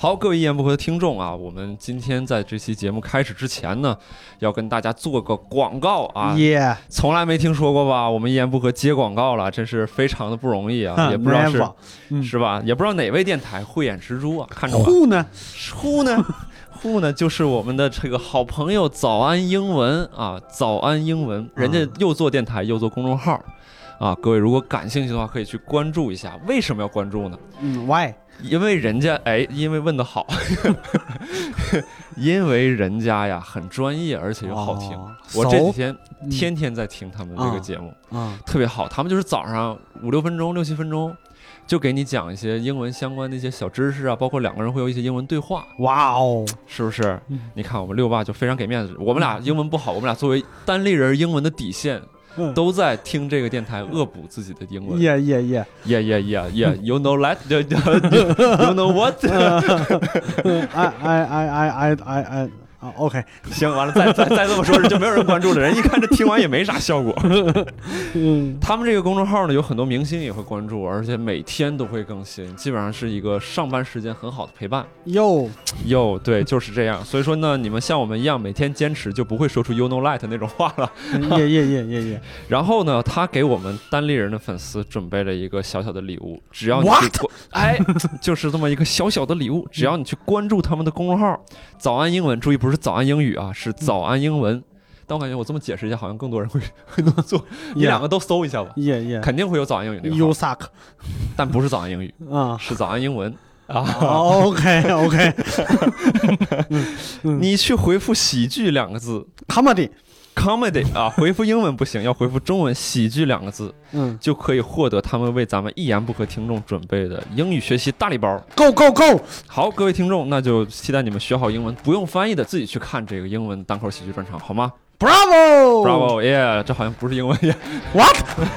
好，各位一言不合的听众啊，我们今天在这期节目开始之前呢，要跟大家做个广告啊，从来没听说过吧？我们一言不合接广告了，真是非常的不容易啊，也不知道是吧？也不知道哪位电台慧眼识珠啊，看着户呢，就是我们的这个好朋友早安英文啊，早安英文，人家又做电台又做公众号啊，各位如果感兴趣的话，可以去关注一下。为什么要关注呢 ？Why？ 因为人家因为问得好，因为人家呀很专业，而且又好听。我这几天天天在听他们这个节目，特别好。他们就是早上5-6分钟、6-7分钟，就给你讲一些英文相关的一些小知识啊，包括两个人会有一些英文对话。 哇哦， 是不是？你看我们六爸就非常给面子，我们俩英文不好，我们俩作为单立人英文的底线。都在听这个电台恶补自己的英文。 Yeah. You know that? You know what? I OK， 行，完了，再这么说，就没有人关注了。人一看这听完也没啥效果。他们这个公众号呢，有很多明星也会关注，而且每天都会更新，基本上是一个上班时间很好的陪伴。哟，对，就是这样。所以说呢，你们像我们一样，每天坚持，就不会说出 You know that 那种话了。然后呢，他给我们单立人的粉丝准备了一个小小的礼物，只要你去就是这么一个小小的礼物，只要你去关注他们的公众号“早安英文”，注意不是早安英语啊，是早安英文。但我感觉我这么解释一下，好像更多人会那么做。你两个都搜一下吧，肯定会有早安英语那个号。 You suck， 但不是早安英语啊，是早安英文啊。 OK， 你去回复喜剧2个字 ，comedy 啊，回复英文不行，要回复中文喜剧2个字，就可以获得他们为咱们一言不合听众准备的英语学习大礼包。 Go！ 好，各位听众，那就期待你们学好英文，不用翻译的自己去看这个英文单口喜剧专场，好吗 ？Bravo！ 耶，这好像不是英文耶。 What？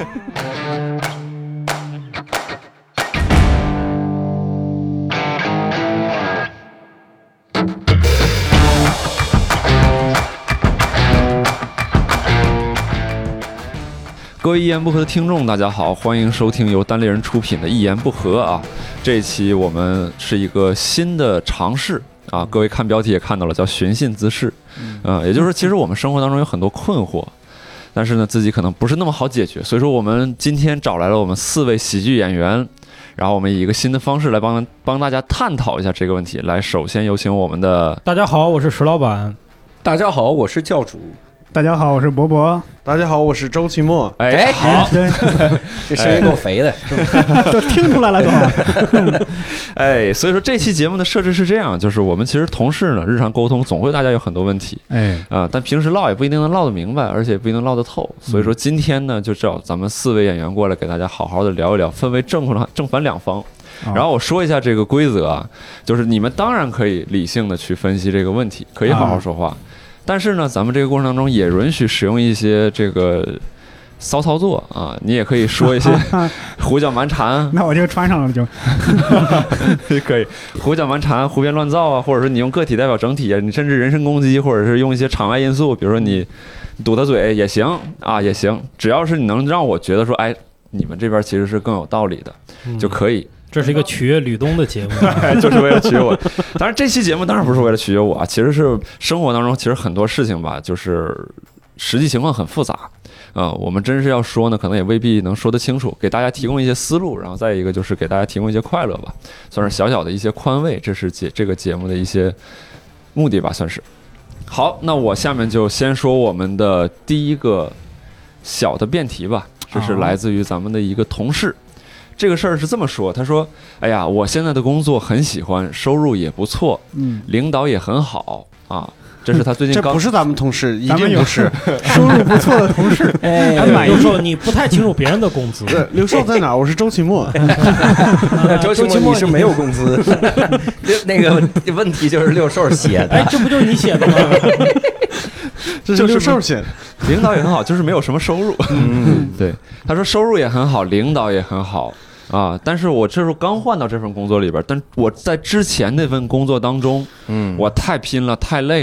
各位一言不合的听众，大家好，欢迎收听由单立人出品的《一言不合》啊。这一期我们是一个新的尝试啊，各位看标题也看到了，叫寻衅滋事。也就是说，其实我们生活当中有很多困惑，但是呢，自己可能不是那么好解决，所以说我们今天找来了我们4位喜剧演员，然后我们以一个新的方式来帮大家探讨一下这个问题。来，首先有请我们的大家好，我是石老板。 大家好，我是教主。 大家好，我是博博。 大家好，我是周奇墨。 好， 这声音够肥的， 都听出来了都。 所以说这期节目的设置是这样，就是我们其实同事呢，日常沟通总会大家有很多问题，但平时唠也不一定能唠得明白，而且也不一定唠得透。所以说今天呢，就找咱们4位演员过来给大家好好的聊一聊，分为正反两方。然后我说一下这个规则啊，就是你们当然可以理性的去分析这个问题，可以好好说话。但是呢，咱们这个过程当中也允许使用一些这个骚操作啊，你也可以说一些胡搅蛮缠。 那我就穿上了就。 可以胡搅蛮缠、胡编乱造啊，或者说你用个体代表整体啊，你甚至人身攻击，或者是用一些场外因素，比如说你堵他嘴也行啊，也行，只要是你能让我觉得说，你们这边其实是更有道理的，就可以。 这是一个取悦吕东的节目， 就是为了取悦我。当然，这期节目当然不是为了取悦我啊，其实是生活当中其实很多事情吧，就是实际情况很复杂我们真是要说呢，可能也未必能说得清楚，给大家提供一些思路，然后再一个就是给大家提供一些快乐吧，算是小小的一些宽慰，这是这个节目的一些目的吧，算是。好，那我下面就先说我们的第一个小的辩题吧，这是来自于咱们的一个同事。这个事儿是这么说，他说：“哎呀，我现在的工作很喜欢，收入也不错，领导也很好啊。”这是他最近这不是咱们同事，一定不是收入不错的同事。 刘寿，你不太清楚别人的工资。 刘寿在哪？我是周奇墨。 周奇墨你是没有工资。那个问题就是刘寿写的。 这不就是你写的吗？ 这是刘寿写的。 领导也很好，就是没有什么收入。对，他说收入也很好，领导也很好啊。但是我这时候刚换到这份工作里边，但我在之前那份工作当中，我太拼了，太累了，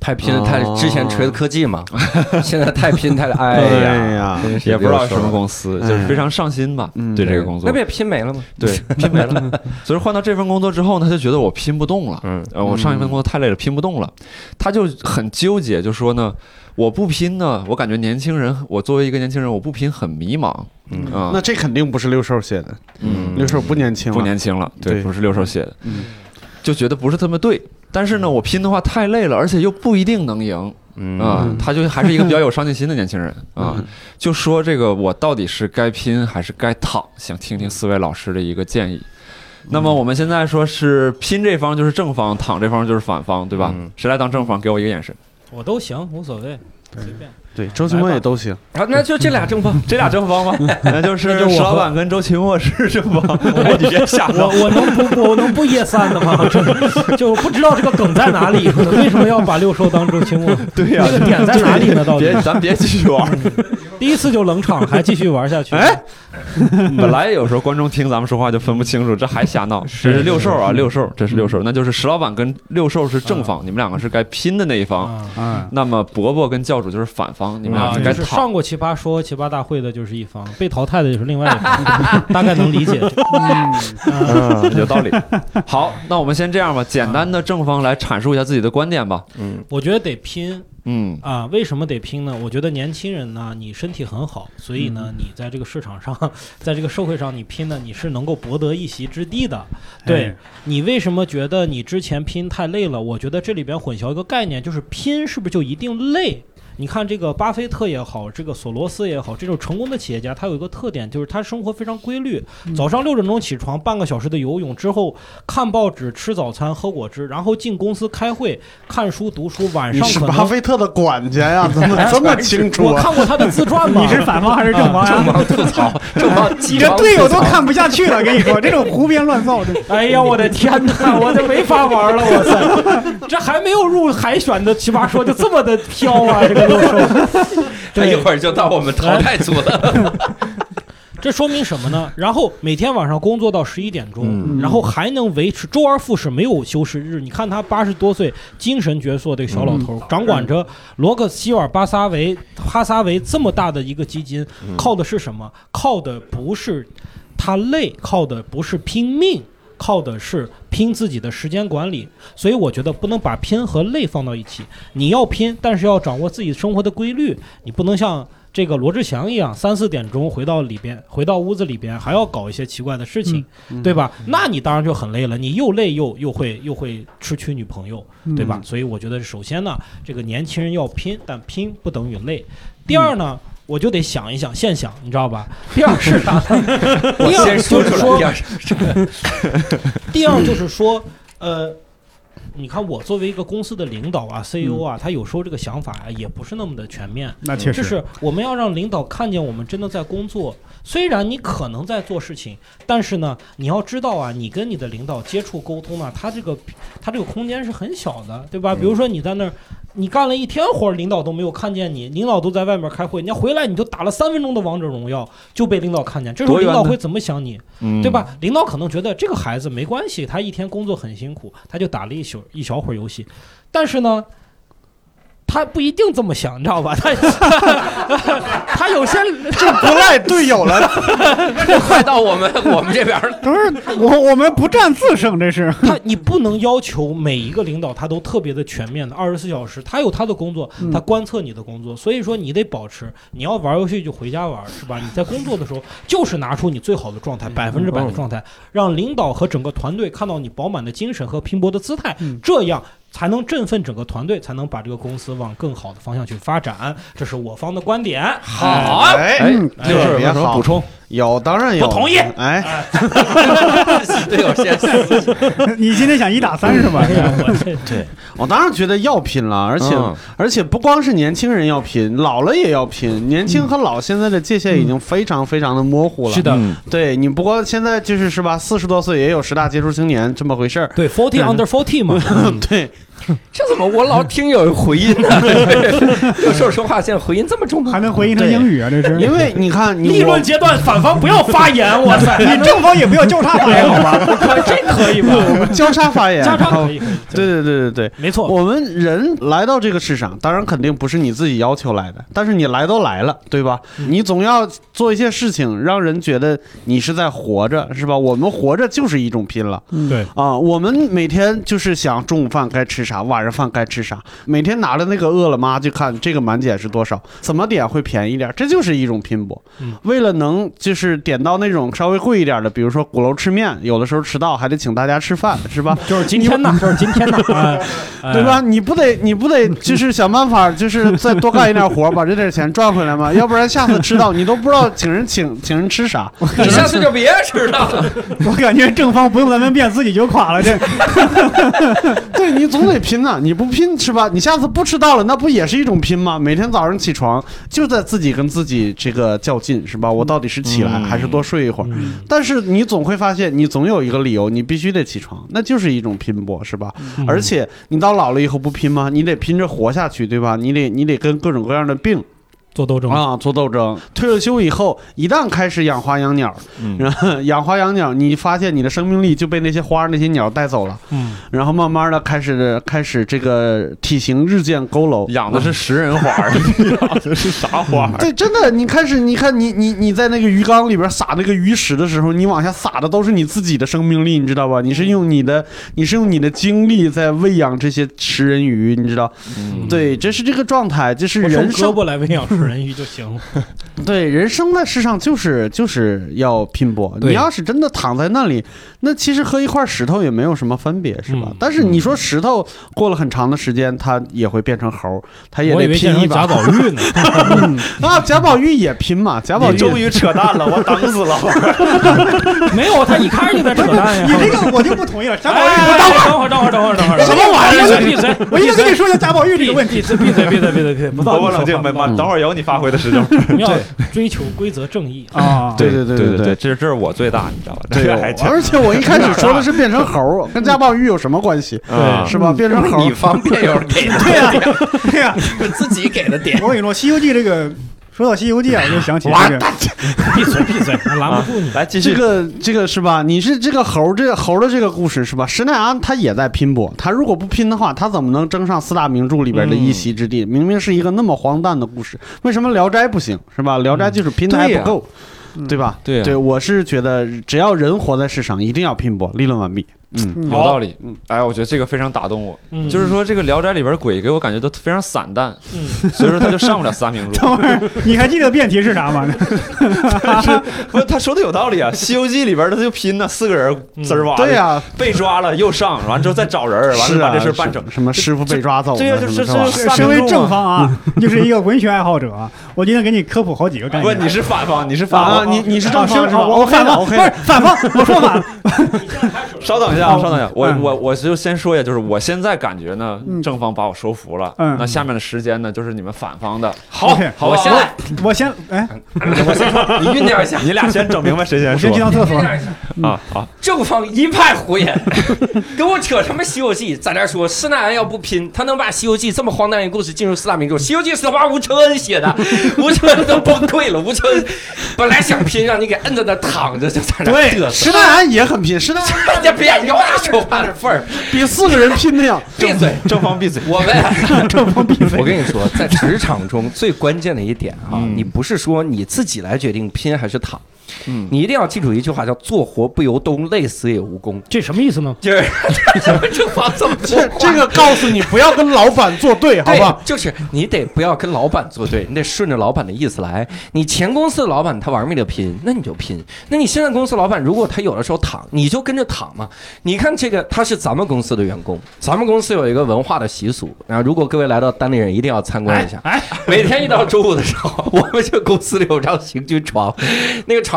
太拼了，太之前锤子科技嘛，现在太拼太哎呀， 也不知道什么公司，就是非常上心吧，对这个工作， 那不也拼没了吗？ 对，拼没了。所以换到这份工作之后呢，他就觉得我拼不动了，我上一份工作太累了，拼不动了，他就很纠结，就说呢，我不拼呢，我感觉年轻人，我作为一个年轻人，我不拼很迷茫。 那这肯定不是六兽写的，六兽不年轻了， 不年轻了，对，不是六兽写的，就觉得不是这么对。但是呢，我拼的话太累了，而且又不一定能赢。他就还是一个比较有上进心的年轻人啊，就说这个我到底是该拼还是该躺？想听听四位老师的一个建议。那么我们现在说是拼这方就是正方，躺这方就是反方，对吧？谁来当正方？给我一个眼神。 我都行，无所谓，随便。 对，周奇墨也都行。 好，那就这俩正方， 这俩正方吗？那就是石老板跟周奇墨是正方。你别瞎说， 我能不噎三的吗？就不知道这个梗在哪里，为什么要把六兽当周奇墨？ 对呀， 这个点在哪里呢？到底？ 咱别继续玩， 第一次就冷场，还继续玩下去。 哎，本来有时候观众听咱们说话就分不清楚，这还瞎闹。这是六兽啊，六兽，这是六兽，那就是石老板跟六兽是正方，你们两个是该拼的那一方。那么伯伯跟教主就是反方。你们俩是该就是上过奇葩说、奇葩大会的就是一方，被淘汰的就是另外一方，大概能理解。 有道理。好，那我们先这样吧，简单的正方来阐述一下自己的观点吧。 我觉得得拼。为什么得拼呢？我觉得年轻人呢，你身体很好，所以呢，你在这个市场上，在这个社会上，你拼呢，你是能够博得一席之地的。对，你为什么觉得你之前拼太累了？我觉得这里边混淆一个概念，就是拼是不是就一定累？你看这个巴菲特也好，这个索罗斯也好，这种成功的企业家，他有一个特点，就是他生活非常规律。早上6点钟起床，半个小时的游泳之后，看报纸、吃早餐、喝果汁，然后进公司开会、看书、读书。晚上可能你是巴菲特的管家呀？怎么这么清楚？ 我看过他的自传嘛。 你是反方还是正方呀？ 正方吐槽，正方你这队友都看不下去了，跟你说这种胡编乱造的。 哎呀，我的天哪，我这没法玩了，我操！这还没有入海选的奇葩说就这么的飘啊，这个六兽。 这一会儿就到我们淘汰组了。 这说明什么呢？然后每天晚上工作到11点钟，然后还能维持周而复始，没有休息日。你看他80多岁，精神矍铄，这个小老头，掌管着罗克希尔巴撒维哈撒韦这么大的一个基金，靠的是什么？靠的不是他累，靠的不是拼命，靠的是拼自己的时间管理。所以我觉得不能把拼和累放到一起，你要拼，但是要掌握自己生活的规律，你不能像这个罗志祥一样3、4点钟回到屋子里边还要搞一些奇怪的事情，对吧？那你当然就很累了，你又累又会失去女朋友，对吧？所以我觉得首先呢，这个年轻人要拼，但拼不等于累。第二呢，我就得想一想，现想，你知道吧？第二是啥？第二就是说，第二就是说，你看我作为一个公司的领导啊 CEO 啊，他有时候这个想法啊也不是那么的全面。 那确实， 就是我们要让领导看见我们真的在工作。虽然你可能在做事情，但是呢，你要知道啊，你跟你的领导接触沟通呢，他这个空间是很小的，对吧？比如说你在那儿，你干了一天活，领导都没有看见你，领导都在外面开会，你要回来你就打了3分钟的王者荣耀，就被领导看见，这时候领导会怎么想你，对吧？领导可能觉得这个孩子没关系，他一天工作很辛苦，他就打了一小会儿游戏，但是呢，他不一定这么想，你知道吧？他有些这不赖队友了， 快到我们这边了。 不是我们不战自胜，这是你不能要求每一个领导他都特别的全面的24小时，他有他的工作，他观测你的工作，所以说你得保持，你要玩游戏就回家玩，是吧？你在工作的时候就是拿出你最好的状态，100%的状态，让领导和整个团队看到你饱满的精神和拼搏的姿态，这样才能振奋整个团队，才能把这个公司往更好的方向去发展。这是我方的观点。 好， 就是有什么补充？ 有，当然有。 不同意。 哎， 队友先你今天想1打3是吧？ 对，我当然觉得要拼了，而且不光是年轻人要拼，老了也要拼。年轻和老现在的界限已经非常非常的模糊了。 是的， 对你不过现在是吧，40多岁也有10大杰出青年这么回事儿。 对 ，40 under 40嘛。 对， 这怎么我老听有回音呢？有时候说话现在回音这么重， 还能回应成英语啊？这是因为你看， 立论阶段反方不要发言，哇塞， 你正方也不要交叉发言好吧？ 这可以吧？ 我们交叉发言， 交叉可以， 对， 没错。 我们人来到这个世上，当然肯定不是你自己要求来的，但是你来都来了，对吧？你总要做一些事情，让人觉得你是在活着，是吧？我们活着就是一种拼了， 对啊，我们每天就是想中午饭该吃啥，晚上饭该吃啥，每天拿着那个饿了么就看这个满减是多少，怎么点会便宜点，这就是一种拼搏。为了能就是点到那种稍微贵一点的，比如说鼓楼吃面，有的时候迟到还得请大家吃饭，是吧？ 就是今天呢， 对吧？你不得就是想办法，就是再多干一点活，把这点钱赚回来吗？要不然下次迟到你都不知道请人吃啥， 你下次就别迟到了。 我感觉正方不用咱们变，自己就垮了。这， 对你总得拼呐，你不拼是吧？你下次不迟到了，那不也是一种拼吗？每天早上起床就在自己跟自己这个较劲，是吧？我到底是起来还是多睡一会儿？但是你总会发现，你总有一个理由，你必须得起床，那就是一种拼搏，是吧？而且你到老了以后不拼吗？你得拼着活下去，对吧？你得跟各种各样的病做斗争啊，做斗争。退了休以后，一旦开始养花养鸟，然后养花养鸟，你发现你的生命力就被那些花那些鸟带走了，然后慢慢的开始这个体型日渐佝偻。 养的是食人花，养的是啥花？ 对，真的，你看你在那个鱼缸里边撒那个鱼食的时候，你往下撒的都是你自己的生命力，你知道吧？你是用你的精力在喂养这些食人鱼，你知道？对，这是这个状态，就是人生。 胳膊来喂养食人鱼就行了。 对，人生在世上就是要拼搏。你要是真的躺在那里，那其实和一块石头也没有什么分别，是吧？但是你说石头过了很长的时间，它也会变成猴，它也得拼一把。 贾宝玉呢？ 啊，贾宝玉也拼嘛？贾宝玉终于扯淡了，我等死了。 没有，他一开始就在扯淡呀。 你这个我就不同意了。贾宝玉， 等会儿， 什么玩意儿？ 闭嘴！ 我一直跟你说一下贾宝玉这个问题。 闭嘴！不我冷静，等会儿有你发挥的时间。 要追求规则正义啊！ 对， 这是我最大，你知道吧？ 对，而且我一开始说的是变成猴，跟贾宝玉有什么关系？是吧？变成猴， 你方便有人给的， 对呀， 自己给的点。 我跟你说，《西游记》这个。说到《西游记》啊，我就想起这个。 闭嘴，拦不住你。 来继续。这个是吧？你是这个猴的这个故事是吧？施耐庵他也在拼搏，他如果不拼的话，他怎么能争上四大名著里边的一席之地？明明是一个那么荒诞的故事，为什么《聊斋》不行？是吧？《聊斋》就是拼的还不够，对吧？ 对， 我是觉得只要人活在世上，一定要拼搏。立论完毕。 有道理。哎，我觉得这个非常打动我。就是说，这个《聊斋》里边鬼给我感觉都非常散淡，所以说他就上不了四大名著。 等会儿，你还记得辩题是啥吗？ 不，他说的有道理啊，《西游记》里边他就拼呢，4个人滋儿哇， 对呀， 被抓了又上，完之后再找人，完了把这事办成。 什么师傅被抓走了？ 这个就是身为正方啊，就是一个文学爱好者，我今天给你科普好几个概念。 不，你是反方，你是反方， 你是正方是吧？ 我反方，不是反方，我说反。 稍等一下，我就先说一下，就是我现在感觉呢，正方把我说服了。那下面的时间呢，就是你们反方的。 好，我先来， 我先说，你酝酿一下， 你俩先整明白谁先说。 我先去趟厕所啊！好， 正方一派胡言，跟我扯什么《西游记》？在那说施耐庵要不拼，他能把《西游记》这么荒诞的故事进入四大名著？《西游记》是花吴承恩写的，吴承恩都崩溃了。吴承恩本来想拼，让你给摁在那躺着，就在那嘚瑟。 施耐庵也很拼，施耐庵别有点说话的份儿， 比4个人拼的呀。 闭嘴， 正方闭嘴。 我跟你说，在职场中最关键的一点啊，你不是说你自己来决定拼还是躺。你一定要记住一句话，叫做活不由东，累死也无功。 这什么意思呢？ 就是怎么正方这么这个告诉你不要跟老板作对，好吧？ 就是你得不要跟老板作对，你得顺着老板的意思来。你前公司的老板他玩命的拼，那你就拼。那你现在公司老板如果他有的时候躺，你就跟着躺嘛。你看这个，他是咱们公司的员工，咱们公司有一个文化的习俗啊，如果各位来到单立人，一定要参观一下。每天一到周五的时候，我们这公司里有张行军床，那个床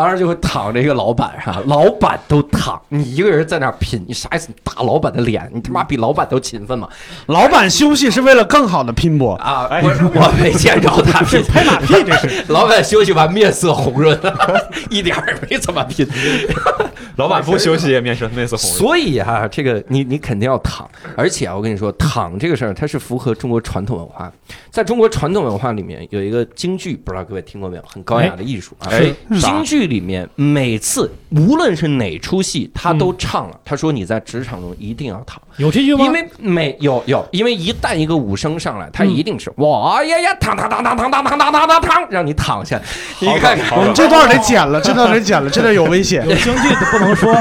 常常就会躺着一个老板老板都躺，你一个人在那儿拼，你啥意思？你打老板的脸，你他妈比老板都勤奋吗？ 老板休息是为了更好的拼搏啊！我没见着他拼， 拍马屁这是。 老板休息完面色红润，一点也没怎么拼。 老板不休息也面色红润。 所以这个你肯定要躺，而且我跟你说，躺这个事儿它是符合中国传统文化。在中国传统文化里面有一个京剧，不知道各位听过没有？很高雅的艺术啊！京剧里面每次无论是哪出戏，他都唱了。他说你在职场中一定要躺， 有这句吗？ 因为因为一旦一个武生上来，他一定是哇呀呀躺，让你躺下。你看看， 我们这段得剪了，这段有危险。 有京剧的不能说。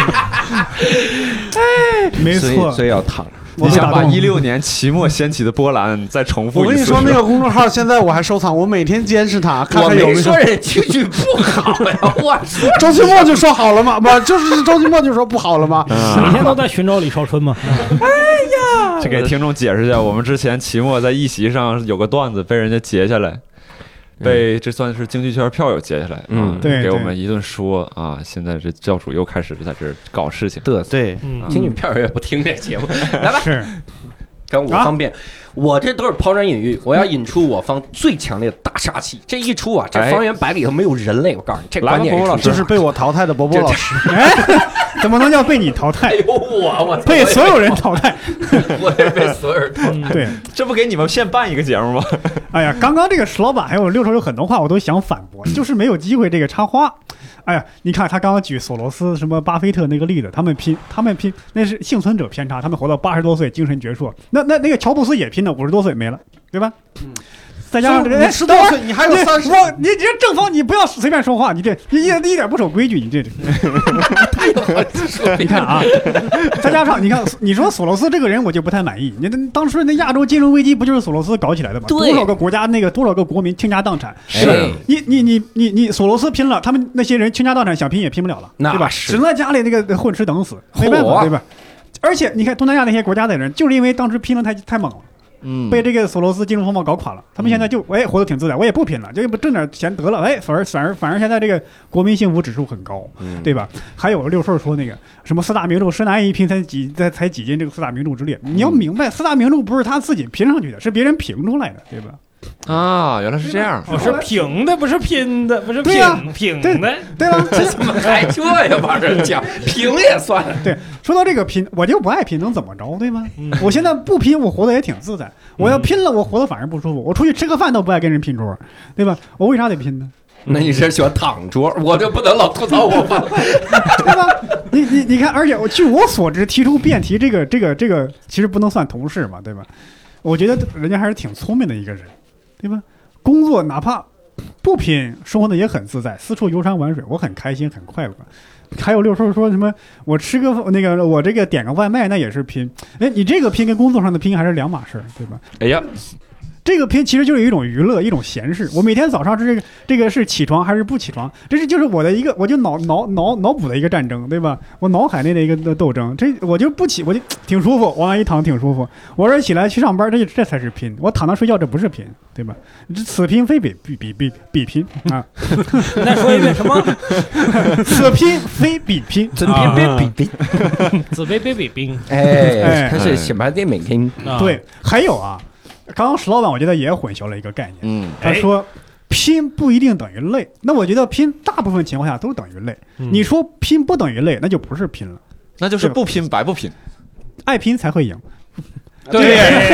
没错， 所以要躺。 你想把16年期末掀起的波澜再重复一次？ 我跟你说，那个公众号现在我还收藏，我每天监视它，看看有没有。 我没说人京剧不好呀，我说周奇墨就说好了吗？不，就是周奇墨就说不好了吗？ 每天都在寻找李少春吗？ 哎呀， 这给听众解释一下，我们之前期末在一席上有个段子被人家截下来。被这算是京剧圈票友截下来， 对， 给我们一顿说啊！现在这教主又开始在这搞事情， 对， 京剧票友也不听这节目，来吧， 是， 跟我方便，我这都是抛砖引玉，我要引出我方最强烈的大杀器。这一出啊，这方圆百里头没有人类，我告诉你，这关键这是被我淘汰的伯伯老师。 怎么能叫被你淘汰？ 哎呦我被所有人淘汰， 我也被所有人淘汰。 对， 这不给你们现办一个节目吗？ 哎呀，刚刚这个石老板还有六叔有很多话我都想反驳，就是没有机会这个插话。哎呀，你看他刚刚举索罗斯什么巴菲特那个例子，他们拼，那是幸存者偏差，他们活到80多岁，精神矍铄。那个乔布斯也拼了50多岁没了，对吧？再加上这个 10多岁，你还有30， 你这正方你不要随便说话，你这一点不守规矩，你这太有技术。 你看啊，再加上你看，你说索罗斯这个人我就不太满意。你当时那亚洲金融危机不就是索罗斯搞起来的吗？多少个国家多少个国民倾家荡产， 是你索罗斯拼了，他们那些人倾家荡产想拼也拼不了了，对吧？只能在家里那个混吃等死，没办法，对吧？而且你看东南亚那些国家的人，就是因为当时拼了太猛了。被这个索罗斯金融风暴搞垮了，他们现在就活得挺自在，我也不拼了，就不挣点钱得了，反而现在这个国民幸福指数很高，对吧？还有六兽说那个什么四大名著，施南一拼才挤进这个四大名著之列，你要明白，四大名著不是他自己拼上去的，是别人评出来的，对吧？ 啊，原来是这样， 是评的，不是拼的，不是评的， 对吧？ 这怎么还这呀？往这讲评也算了。 对，说到这个拼，我就不爱拼，能怎么着，对吗？我现在不拼，我活得也挺自在。我要拼了，我活得反而不舒服。我出去吃个饭都不爱跟人拼桌，对吧？我为啥得拼呢？ 那你是喜欢躺桌，我就不能老吐槽我吧， 对吧？你看，而且据我所知，提出辩题这个，其实不能算同事嘛，对吧？我觉得人家还是挺聪明的一个人。对吧？工作哪怕不拼，生活的也很自在，四处游山玩水，我很开心，很快乐。还有六叔说什么，我吃个我这个点个外卖，那也是拼。哎，你这个拼跟工作上的拼还是两码事，对吧？ 哎呀， 这个拼其实就是一种娱乐，一种闲事。我每天早上是这个是起床还是不起床，就是我的一个，我就脑补的一个战争，对吧？我脑海内的一个斗争。这我就不起，我就挺舒服，往那一躺挺舒服。我这起来去上班，这才是拼。我躺那睡觉，这不是拼，对吧？此拼非比拼啊！ 再说一遍什么？ 此拼非比拼， 此拼比拼， 此非比拼。 哎，他是什么的美拼？ 对，还有啊。刚刚石老板我觉得也混淆了一个概念，他说拼不一定等于累，那我觉得拼大部分情况下都等于累。你说拼不等于累，那就不是拼了， 那就是不拼白不拼， 爱拼才会赢。 对，哎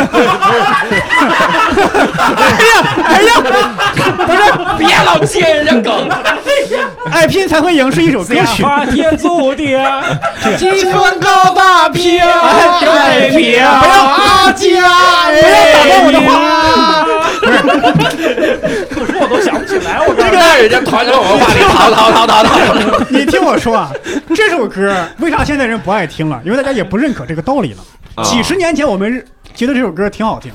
呀，不是，别老接人家梗。 爱拼才会赢是一首歌曲。 发天注定， 几分高大平，爱拼不要阿家， 不要打断我的话。 可是我都想不起来，我这个在人家传统文化里淘。 你听我说啊，这首歌为啥现在人不爱听了？因为大家也不认可这个道理了。几十年前我们觉得这首歌挺好听，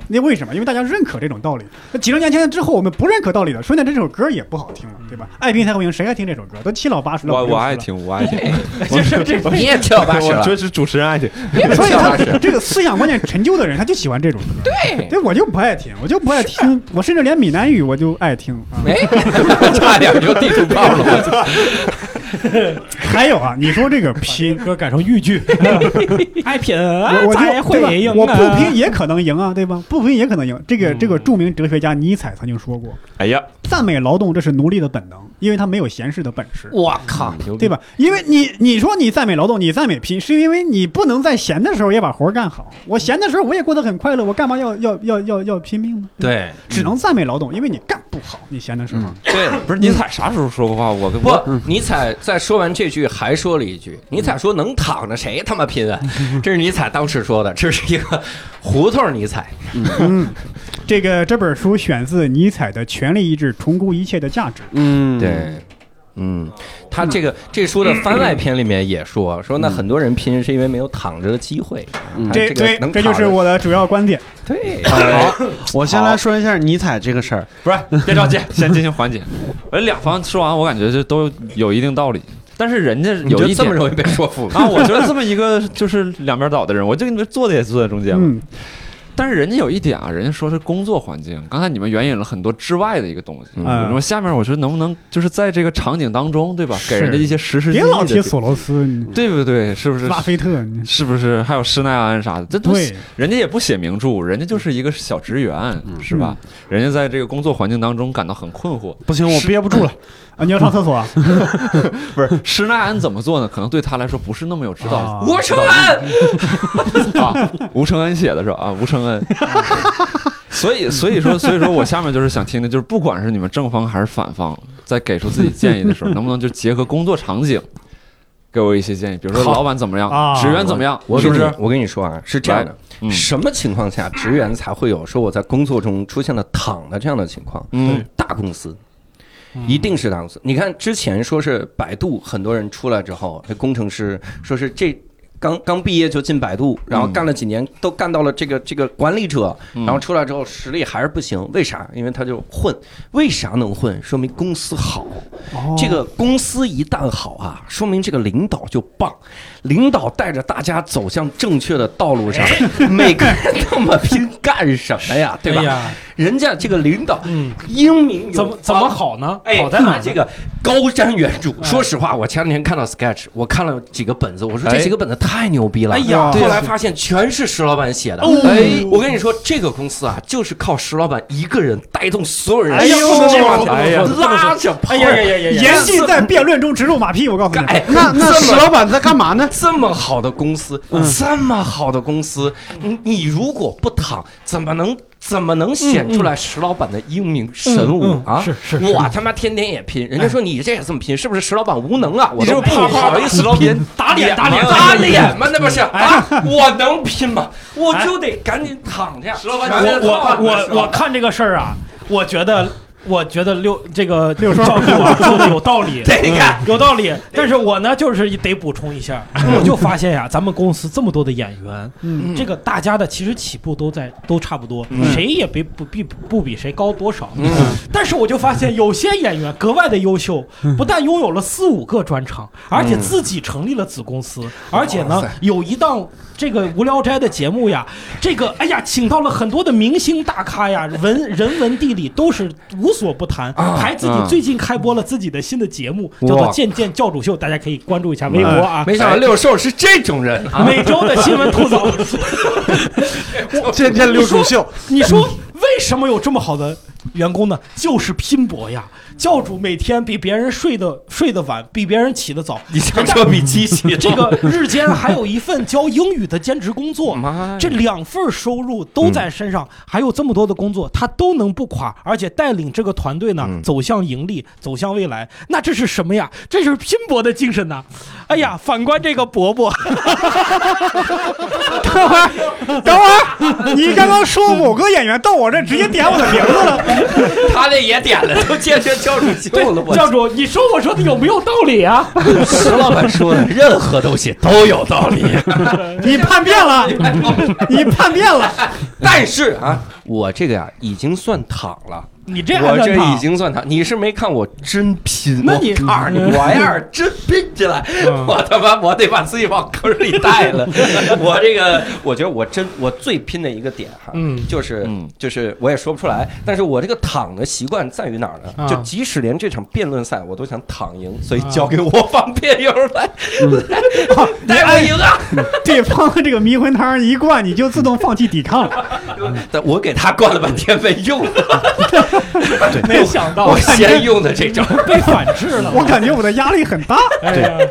那为什么？因为大家认可这种道理。那几十年前之后，我们不认可道理了，说那这首歌也不好听了，对吧？爱拼才会赢，谁爱听这首歌？都7老8十了。 我爱听，我爱听。 就是这，你也7老8十了。 我这是主持人爱听。 所以他这个思想观念陈旧的人，他就喜欢这种歌。对，我就不爱听，我甚至连闽南语我就爱听。 差点就地图炮了。 还有啊，你说这个拼歌改成豫剧，爱拼才会赢， 我不拼也可能赢啊，对吧？不拼也可能赢。这个著名哲学家尼采曾经说过：“ 哎呀， 赞美劳动这是奴隶的本能，因为他没有闲适的本事。” 我靠， 对吧？因为你说你赞美劳动，你赞美拼，是因为你不能在闲的时候也把活干好。我闲的时候我也过得很快乐，我干嘛要拼命呢？ 对， 只能赞美劳动，因为你干不好，你闲的时候。 对， 不是尼采啥时候说过话？ 尼采在说完这句还说了一句：“尼采说能躺着谁他妈拼啊？”这是尼采当时说的，这是一个胡同尼采。 这本书选自尼采的《权力意志重估一切的价值》。 对。他这书的番外篇里面也说那很多人拼是因为没有躺着的机会。 这就是我的主要观点。 对， 好，我先来说一下尼采这个事儿。 不是，别着急，先进行缓解。两方说完，我感觉这都有一定道理。但是人家有一点这么容易被说服啊！我觉得这么一个就是两边倒的人，我就跟你们坐的也坐在中间嘛。但是人家有一点啊，人家说是工作环境。刚才你们援引了很多之外的一个东西，我下面我说能不能就是在这个场景当中，对吧？给人家一些实施。 别老提索罗斯， 对不对？是不是？ 拉菲特， 是不是？还有施耐庵啥的，这都人家也不写名著，人家就是一个小职员，是吧？人家在这个工作环境当中感到很困惑。 不行，我憋不住了。 啊！你要上厕所啊？ 不是，施耐庵怎么做呢？可能对他来说不是那么有指导。 吴承恩啊，吴承恩写的是吧？啊，吴承恩。所以说我下面就是想听的，就是不管是你们正方还是反方，在给出自己建议的时候，能不能就结合工作场景，给我一些建议？比如说老板怎么样，职员怎么样？ 是不是？我跟你说啊，是这样的。什么情况下职员才会有说我在工作中出现了躺的这样的情况？大公司。一定是大公司。你看之前说是百度，很多人出来之后，这工程师说是这刚毕业就进百度，然后干了几年都干到了这个管理者，然后出来之后实力还是不行，为啥？因为他就混。为啥能混？说明公司好。这个公司一旦好啊，说明这个领导就棒。领导带着大家走向正确的道路上，每个人那么拼干什么呀？对吧？人家这个领导，英明怎么好呢？ 好在哪？这个高瞻远瞩。说实话，我前两天看到 Sketch， 我看了几个本子，我说这几个本子太牛逼了。后来发现全是石老板写的。我跟你说，这个公司啊，就是靠石老板一个人带动所有人。拉着跑。 严禁在辩论中直入马屁。我告诉你， 那石老板在干嘛呢？ 这么好的公司，你如果不躺，怎么能显出来石老板的英明神武啊？ 是， 我他妈天天也拼，人家说你这也这么拼，是不是石老板无能啊？我都不好意思拼， 打脸吗？那不是啊？我能拼吗？我就得赶紧躺着。石老板， 我看这个事儿啊，我觉得六少主啊说的有道理，有道理。但是我呢，就是得补充一下，我就发现呀，咱们公司这么多的演员，这个大家的其实起步都差不多，谁也不比谁高多少。但是我就发现有些演员格外的优秀，不但拥有了4、5个专场，而且自己成立了子公司，而且呢有一档这个无聊斋的节目呀，这个请到了很多的明星大咖呀，人文地理都是无所不谈，还自己最近开播了自己的新的节目，叫做《健健教主秀》，大家可以关注一下微博啊。 没想到六兽是这种人， 每周的新闻吐槽。 健健六主秀， 你说为什么有这么好的员工呢？就是拼搏呀。教主每天比别人睡得晚，比别人起得早。 你想说比机器？ 这个日间还有一份教英语的兼职工作，这2份收入都在身上，还有这么多的工作，他都能不垮，而且带领这个团队呢走向盈利，走向未来。那这是什么呀？这是拼搏的精神呐！反观这个伯伯， 等会儿，你刚刚说某个演员到我这直接点我的名字了， 他这也点了，都健身教主秀了。 教主，你说我说的有没有道理啊？ 石老板说的任何东西都有道理。 你叛变了，你叛变了。 但是啊，我这个呀已经算躺了。 你这我这已经算躺，你是没看我真拼。 那你告诉你，我要是真拼起来，我他妈我得把自己往坑里带了。我这个，我觉得我最拼的一个点哈，就是我也说不出来，但是我这个躺的习惯在于哪儿呢？就即使连这场辩论赛我都想躺赢，所以交给我方辩友来，带我赢啊！ 对方的这个迷魂汤一灌，你就自动放弃抵抗了。 但我给他灌了半天没用。 没想到我先用的这招被反制了， 我感觉我的压力很大。 对，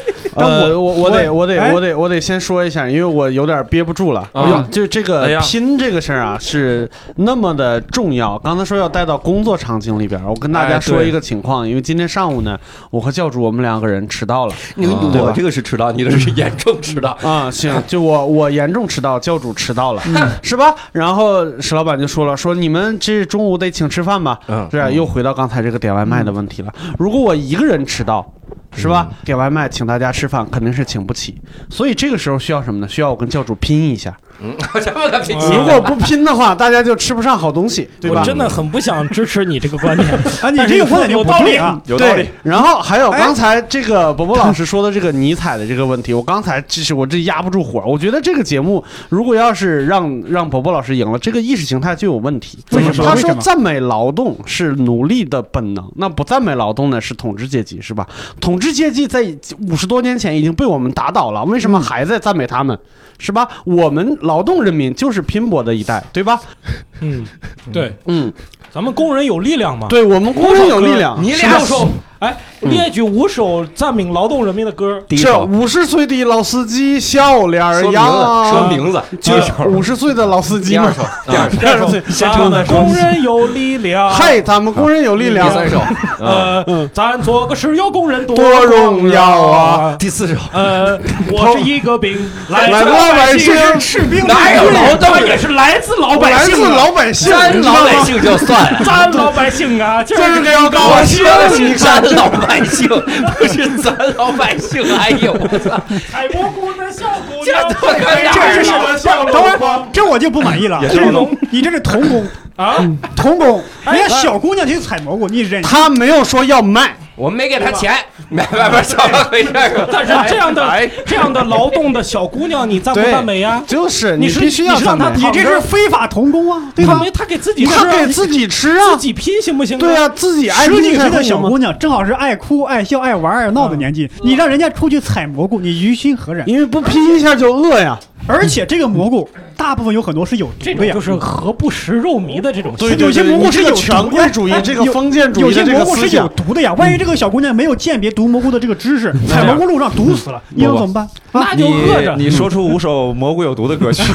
我得先说一下，因为我有点憋不住了。就这个拼这个事儿啊，是那么的重要。刚才说要带到工作场景里边，我跟大家说一个情况，因为今天上午呢，我和教主我们2个人迟到了。 我这个是迟到，你的是严重迟到啊。行，就我严重迟到，教主迟到了，是吧？然后石老板就说了，说你们这中午得请吃饭吧。是啊，又回到刚才这个点外卖的问题了。如果我一个人迟到，是吧？点外卖请大家吃饭肯定是请不起，所以这个时候需要什么呢？需要我跟教主拼一下。如果不拼的话，大家就吃不上好东西，对吧？ 我真的很不想支持你这个观点啊！你这个观点有道理啊， 有道理。然后还有刚才这个伯伯老师说的这个尼采的这个问题，我刚才我这压不住火。我觉得这个节目如果要是让伯伯老师赢了，这个意识形态就有问题。 为什么？ 他说赞美劳动是奴隶的本能，那不赞美劳动呢是统治阶级，是吧？统治阶级在50多年前已经被我们打倒了，为什么还在赞美他们？是吧？我们劳动人民就是拼搏的一代，对吧？ 对，咱们工人有力量嘛？ 对，我们工人有力量。 你俩首，列举5首赞美劳动人民的歌。 这50岁的老司机笑脸呀， 说名字， 就50岁的老司机嘛。 第二首， 咱们工人有力量。 嗨，咱们工人有力量。 第3首， 咱做个石油工人多荣耀啊。 第4首， 我是一个兵，来自老百姓， 士兵哪有劳动人也是来自老百姓， 来自老百姓， 咱老百姓就算了， 咱老百姓啊，今儿个要高兴， 你咱老百姓，不是咱老百姓，哎呦我操！ 采蘑菇的小姑娘， 这是什么笑？等会儿，这我就不满意了。你这是童工啊，童工，人家小姑娘去采蘑菇，你忍？ 他没有说要卖。 我没给他钱，不怎么回事？ 但是这样的劳动的小姑娘，你赞不赞美呀？ 就是你必须要赞美， 你这是非法童工啊，对吧？ 他给自己吃， 他给自己吃啊， 自己拼行不行？ 对啊，自己爱拼。19岁的小姑娘正好是爱哭、爱笑、爱玩、爱闹的年纪，你让人家出去采蘑菇，你于心何忍？ 因为不拼一下就饿呀。 而且这个蘑菇大部分有很多是有毒的呀， 就是何不食肉糜的这种。 对， 有些蘑菇是有权贵主义，这个封建主义的这个思想， 有些蘑菇是有毒的呀。万一这个小姑娘没有鉴别毒蘑菇的这个知识，采蘑菇路上毒死了，你能怎么办？ 那就饿着。 你说出5首蘑菇有毒的歌曲。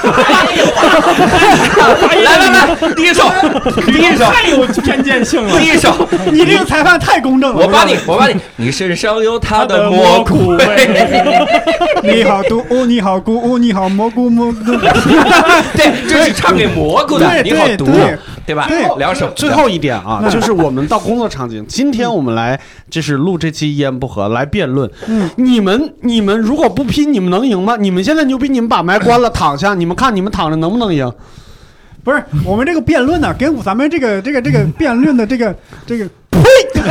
来，第一首， 太有偏见性了。 第一首， 你这个裁判太公正了。 我把你身上有它的蘑菇味。 你好毒，你好菇，你好蘑菇。 对，这是唱给蘑菇的。你好毒，对吧？ 对 ，2首。 最后一点啊，就是我们到工作场景，今天我们来就是录这期一言不合来辩论。你们如果不拼，你们能赢吗？你们现在牛逼，你们把麦关了，躺下，你们看你们躺着能不能赢？ 不是，我们这个辩论呢，跟咱们这个辩论的这个，呸！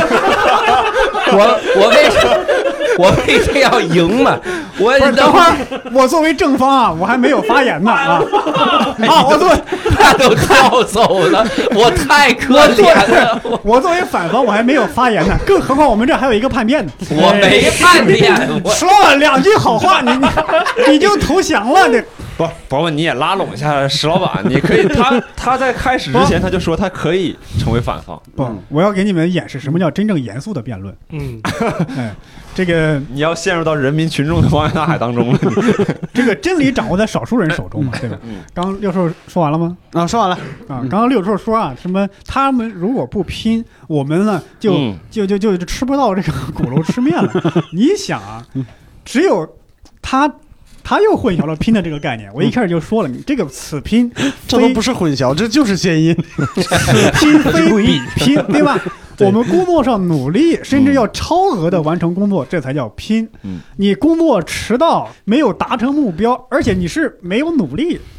我为这要赢嘛？ 等会儿，我作为正方啊，我还没有发言呢啊！我作为他都跳走了，我太可怜了。 我作为反方，我还没有发言呢，更何况我们这还有一个叛变呢。 我没叛变， 说了2句好话，你就投降了你。 伯伯，你也拉拢一下石老板，你可以，他在开始之前他就说他可以成为反方。 不，我要给你们演示什么叫真正严肃的辩论。这个你要陷入到人民群众的汪洋大海当中了。 这个真理掌握在少数人手中嘛，对吧？刚六兽说完了吗？ 啊，说完了啊。刚刚六兽说啊，什么他们如果不拼，我们呢就吃不到这个鼓楼吃面了。你想啊，只有他又混淆了拼的这个概念。我一开始就说了，你这个此拼， 这都不是混淆，这就是谐音。 此拼非拼，对吧？我们工作上努力，甚至要超额的完成工作，这才叫拼。你工作迟到，没有达成目标，而且你是没有努力才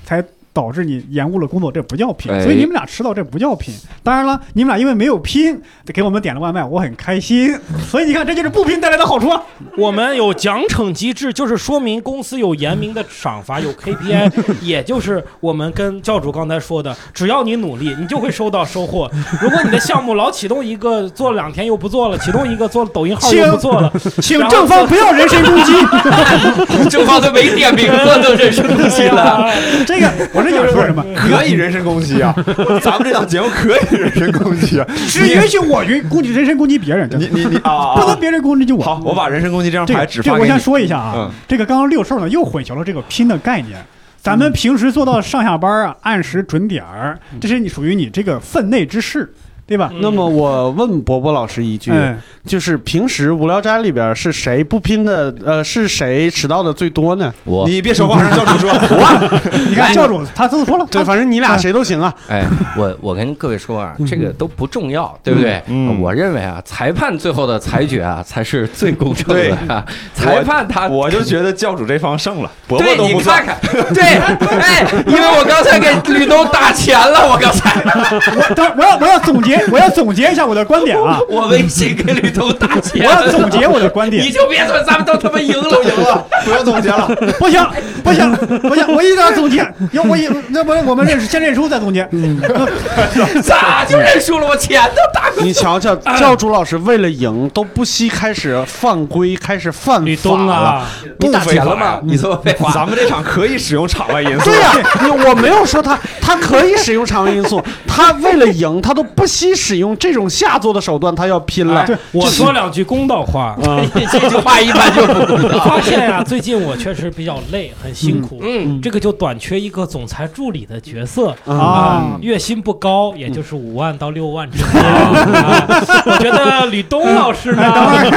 导致你延误了工作，这不叫拼。所以你们俩迟到这不叫拼。当然了，你们俩因为没有拼，给我们点了外卖，我很开心。所以你看，这就是不拼带来的好处啊。 我们有奖惩机制，就是说明公司有严明的赏罚，有 KPI， 也就是我们跟教主刚才说的，只要你努力，你就会收到收获。如果你的项目老启动一个做了2天又不做了，启动一个做抖音号又不做了， 请正方不要人身攻击。 正方都没点名字都人身攻击了。 这个我是想说什么？ 可以人身攻击啊！咱们这档节目可以人身攻击啊！ 只允许我攻击人身攻击别人， 你啊， 不能别人攻击我。 好，我把人身攻击这张牌只发给你。 我先说一下啊，这个刚刚六兽呢又混淆了这个拼的概念。咱们平时做到上下班啊，按时准点儿，这是属于你这个分内之事。对吧？ 那么我问伯伯老师一句，就是平时无聊斋里边是谁不拼的？是谁迟到的最多呢？ 我， 你别说话，让教主说。 你看教主他都说了， 对，反正你俩谁都行啊。 哎，我跟各位说啊，这个都不重要，对不对？我认为啊，裁判最后的裁决啊，才是最公正的。裁判我就觉得教主这方胜了，伯伯都不算。 你看看，对，哎，因为我刚才给吕东打钱了，我刚才， 我要总结。我要总结一下我的观点啊！ 我微信给吕东打钱， 我要总结我的观点。 你就别说咱们都他妈赢了， 不要总结了， 不行，我一定要总结。我们先认输再总结。 咋就认输了？我钱都打过去。 你瞧瞧，教主老师为了赢都不惜开始犯规，开始犯法了。 你打钱了吗？你说废话。 咱们这场可以使用场外因素。 对呀，我没有说他可以使用场外因素，他为了赢。他都不惜使用这种下作的手段，他要拼了。 我说2句公道话， 这句话一般就不公道。 发现呀，最近我确实比较累，很辛苦。这个就短缺一个总裁助理的角色啊，月薪不高，也就是5万到6万之间。我觉得吕东老师呢，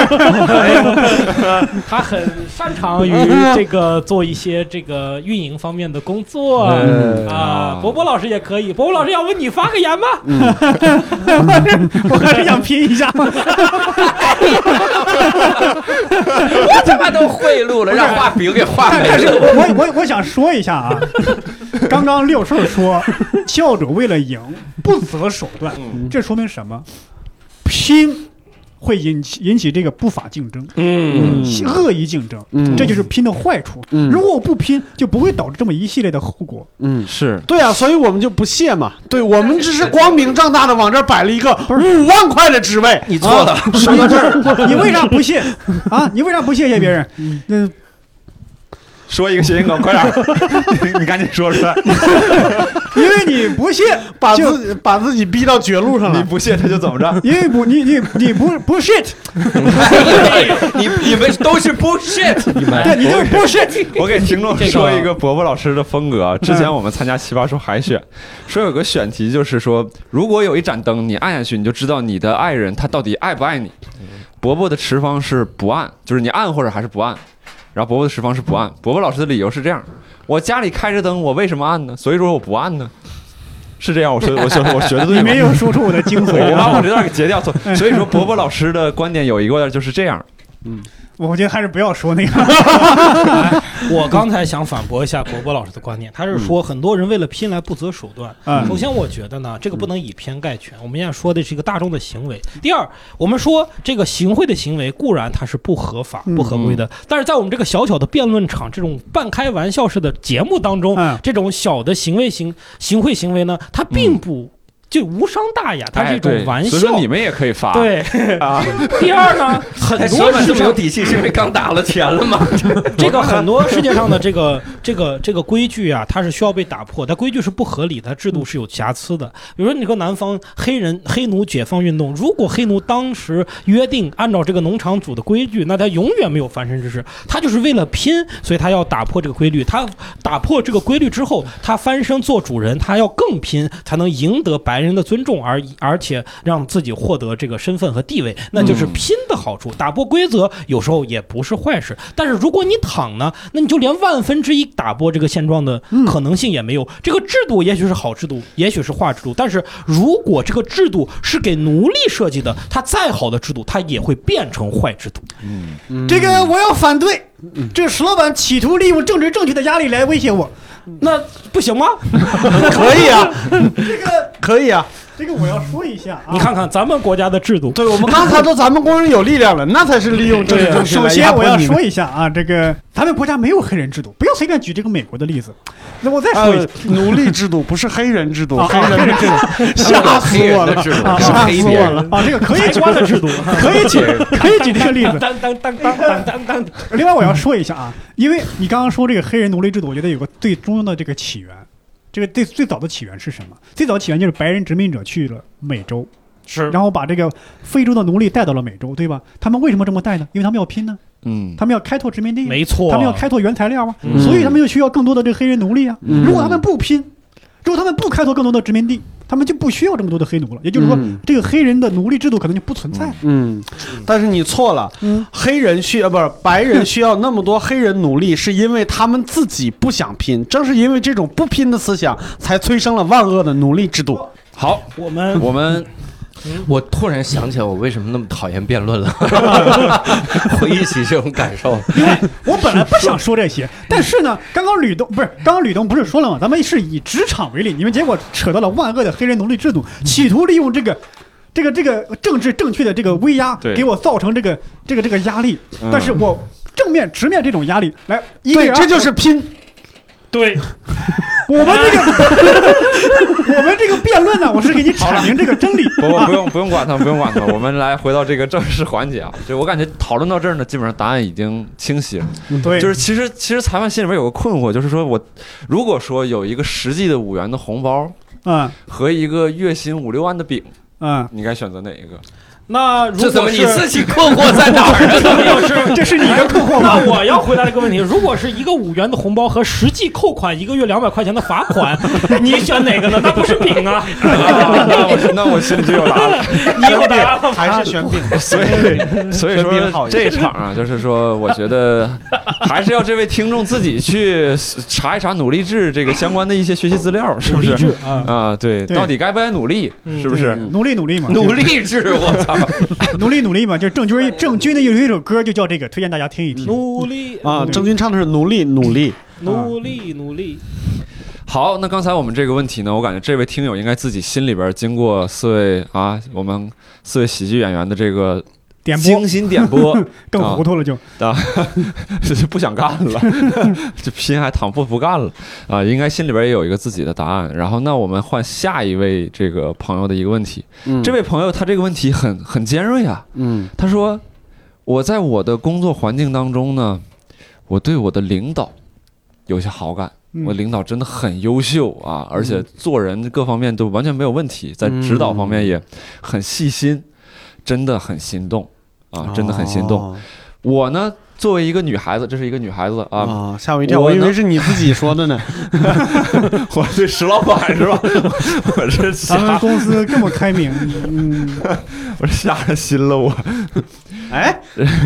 他很擅长于这个做一些这个运营方面的工作啊。伯伯老师也可以，伯伯老师要不你发个言吧。 我还是想拼一下。我他妈都贿赂了，让画饼给画没了。 但是我想说一下啊，刚刚六兽说教主为了赢不择手段，这说明什么？拼会引起这个不法竞争，恶意竞争，这就是拼的坏处。如果我不拼，就不会导致这么一系列的后果。 是对啊，所以我们就不懈嘛。对，我们只是光明正大的往这摆了一个5万块的职位。 你错了， 说到这儿，你为啥不屑啊？你为啥不谢谢别人？ 说一个谐音梗，快点，你赶紧说出来。 因为你不屑， 把自己逼到绝路上了。 你不屑他就怎么着？ 因为你不 shit， 你们都是 bullshit， 对，你就是 bullshit。 我给听众说一个伯伯老师的风格。之前我们参加奇葩说海选，说有个选题就是说，如果有一盏灯，你按下去，你就知道你的爱人他到底爱不爱你。伯伯的持方是不按，就是你按或者还是不按。然后伯伯的持方是不按，伯伯老师的理由是这样：我家里开着灯，我为什么按呢？所以说我不按呢。是这样，我学的对吗？ 你没有说出我的精髓， 我把我这段给截掉。所以说伯伯老师的观点有一个就是这样。 我觉得还是不要说那个。 我刚才想反驳一下伯伯老师的观点，他是说很多人为了拼来不择手段。首先，我觉得呢，这个不能以偏概全。我们现在说的是一个大众的行为。第二，我们说这个行贿的行为固然它是不合法、不合规的，但是在我们这个小小的辩论场这种半开玩笑式的节目当中，这种小的行贿行为呢，它并不。就无伤大雅，它是一种玩笑。 所以说你们也可以发。 对啊。第二呢，很多这么有底气，是因为刚打了钱了吗？ 这个很多世界上的这个规矩啊，它是需要被打破。它规矩是不合理，它制度是有瑕疵的。比如说，你说南方黑奴解放运动，如果黑奴当时约定按照这个农场主的规矩，那他永远没有翻身之势。他就是为了拼，所以他要打破这个规律。他打破这个规律之后，他翻身做主人，他要更拼，才能赢得白人的尊重，而且让自己获得这个身份和地位，那就是拼的好处。打破规则有时候也不是坏事，但是如果你躺呢，那你就连1/1000打破这个现状的可能性也没有。这个制度也许是好制度，也许是坏制度，但是如果这个制度是给奴隶设计的，它再好的制度，它也会变成坏制度。 这个我要反对。 这个石老板企图利用政治正确的压力来威胁我， 那不行吗？ 可以啊， 这个可以啊。 这个我要说一下啊， 你看看咱们国家的制度， 对我们刚才都咱们工人有力量了，那才是利用政治正确。 首先我要说一下啊，这个咱们国家没有黑人制度，不要随便举这个美国的例子。那我再说一下， 奴隶制度不是黑人制度，黑人制度吓死我了， 吓死我了啊！这个可以举的制度，可以举这个例子。当。另外我要说一下啊，因为你刚刚说这个黑人奴隶制度，我觉得有个最重要的这个起源。这个最早的起源是什么？最早起源就是白人殖民者去了美洲， 是， 然后把这个非洲的奴隶带到了美洲，对吧？他们为什么这么带呢？因为他们要拼呢，他们要开拓殖民地， 没错， 他们要开拓原材料啊，所以他们就需要更多的这个黑人奴隶啊。如果他们不拼，如果他们不开拓更多的殖民地，他们就不需要这么多的黑奴了。也就是说，这个黑人的奴隶制度可能就不存在。 但是你错了，黑人不是白人需要那么多黑人奴隶，是因为他们自己不想拼，正是因为这种不拼的思想，才催生了万恶的奴隶制度。 好， 我们。 我突然想起来，我为什么那么讨厌辩论了。回忆起这种感受， 因为我本来不想说这些，但是呢，刚刚吕东不是说了吗？咱们是以职场为例，你们结果扯到了万恶的黑人奴隶制度，企图利用这个政治正确的这个威压，给我造成这个压力。但是我直面这种压力，来， 对，这就是拼。 对， 我们这个辩论呢，我是给你阐明这个真理。 不用管他，我们来回到这个正式环节啊。就我感觉讨论到这儿呢，基本上答案已经清晰了。 对， 就是其实裁判心里边有个困惑，就是说如果说有一个实际的5元的红包，和一个月薪5-6万的饼，你该选择哪一个？ 那如果这怎么你自己困惑在哪儿呢？这是你的困惑吗？那我要回答这个问题：如果是一个5元的红包和实际扣款1个月200块钱的罚款，你选哪个呢？那不是饼啊！ 那我心里就有答案。 你有答案吗？ 还是选饼？ 所以说这一场啊，就是说，我觉得还是要这位听众自己去查一查奴隶制这个相关的一些学习资料，是不是？对，到底该不该努力？是不是？ 努力嘛？ 奴隶制，我操！ 努力嘛，就是郑钧的有一首歌就叫这个，推荐大家听一听。 努力啊，郑钧唱的是努力。 好，那刚才我们这个问题呢，我感觉这位听友应该自己心里边经过我们4位喜剧演员的这个精心点播， 更糊涂了就不想干了，这拼还躺不干了啊！应该心里边也有一个自己的答案。然后，那我们换下一位这个朋友的一个问题。这位朋友他这个问题很尖锐啊。他说：“我在我的工作环境当中呢，我对我的领导有些好感。我领导真的很优秀啊，而且做人各方面都完全没有问题，在指导方面也很细心，真的很心动。”真的很心动。我呢，作为一个女孩子，这是一个女孩子啊， 吓我一跳，我以为是你自己说的呢。 我对石老板是吧？我这咱们公司这么开明， 我吓着心了我。 哎，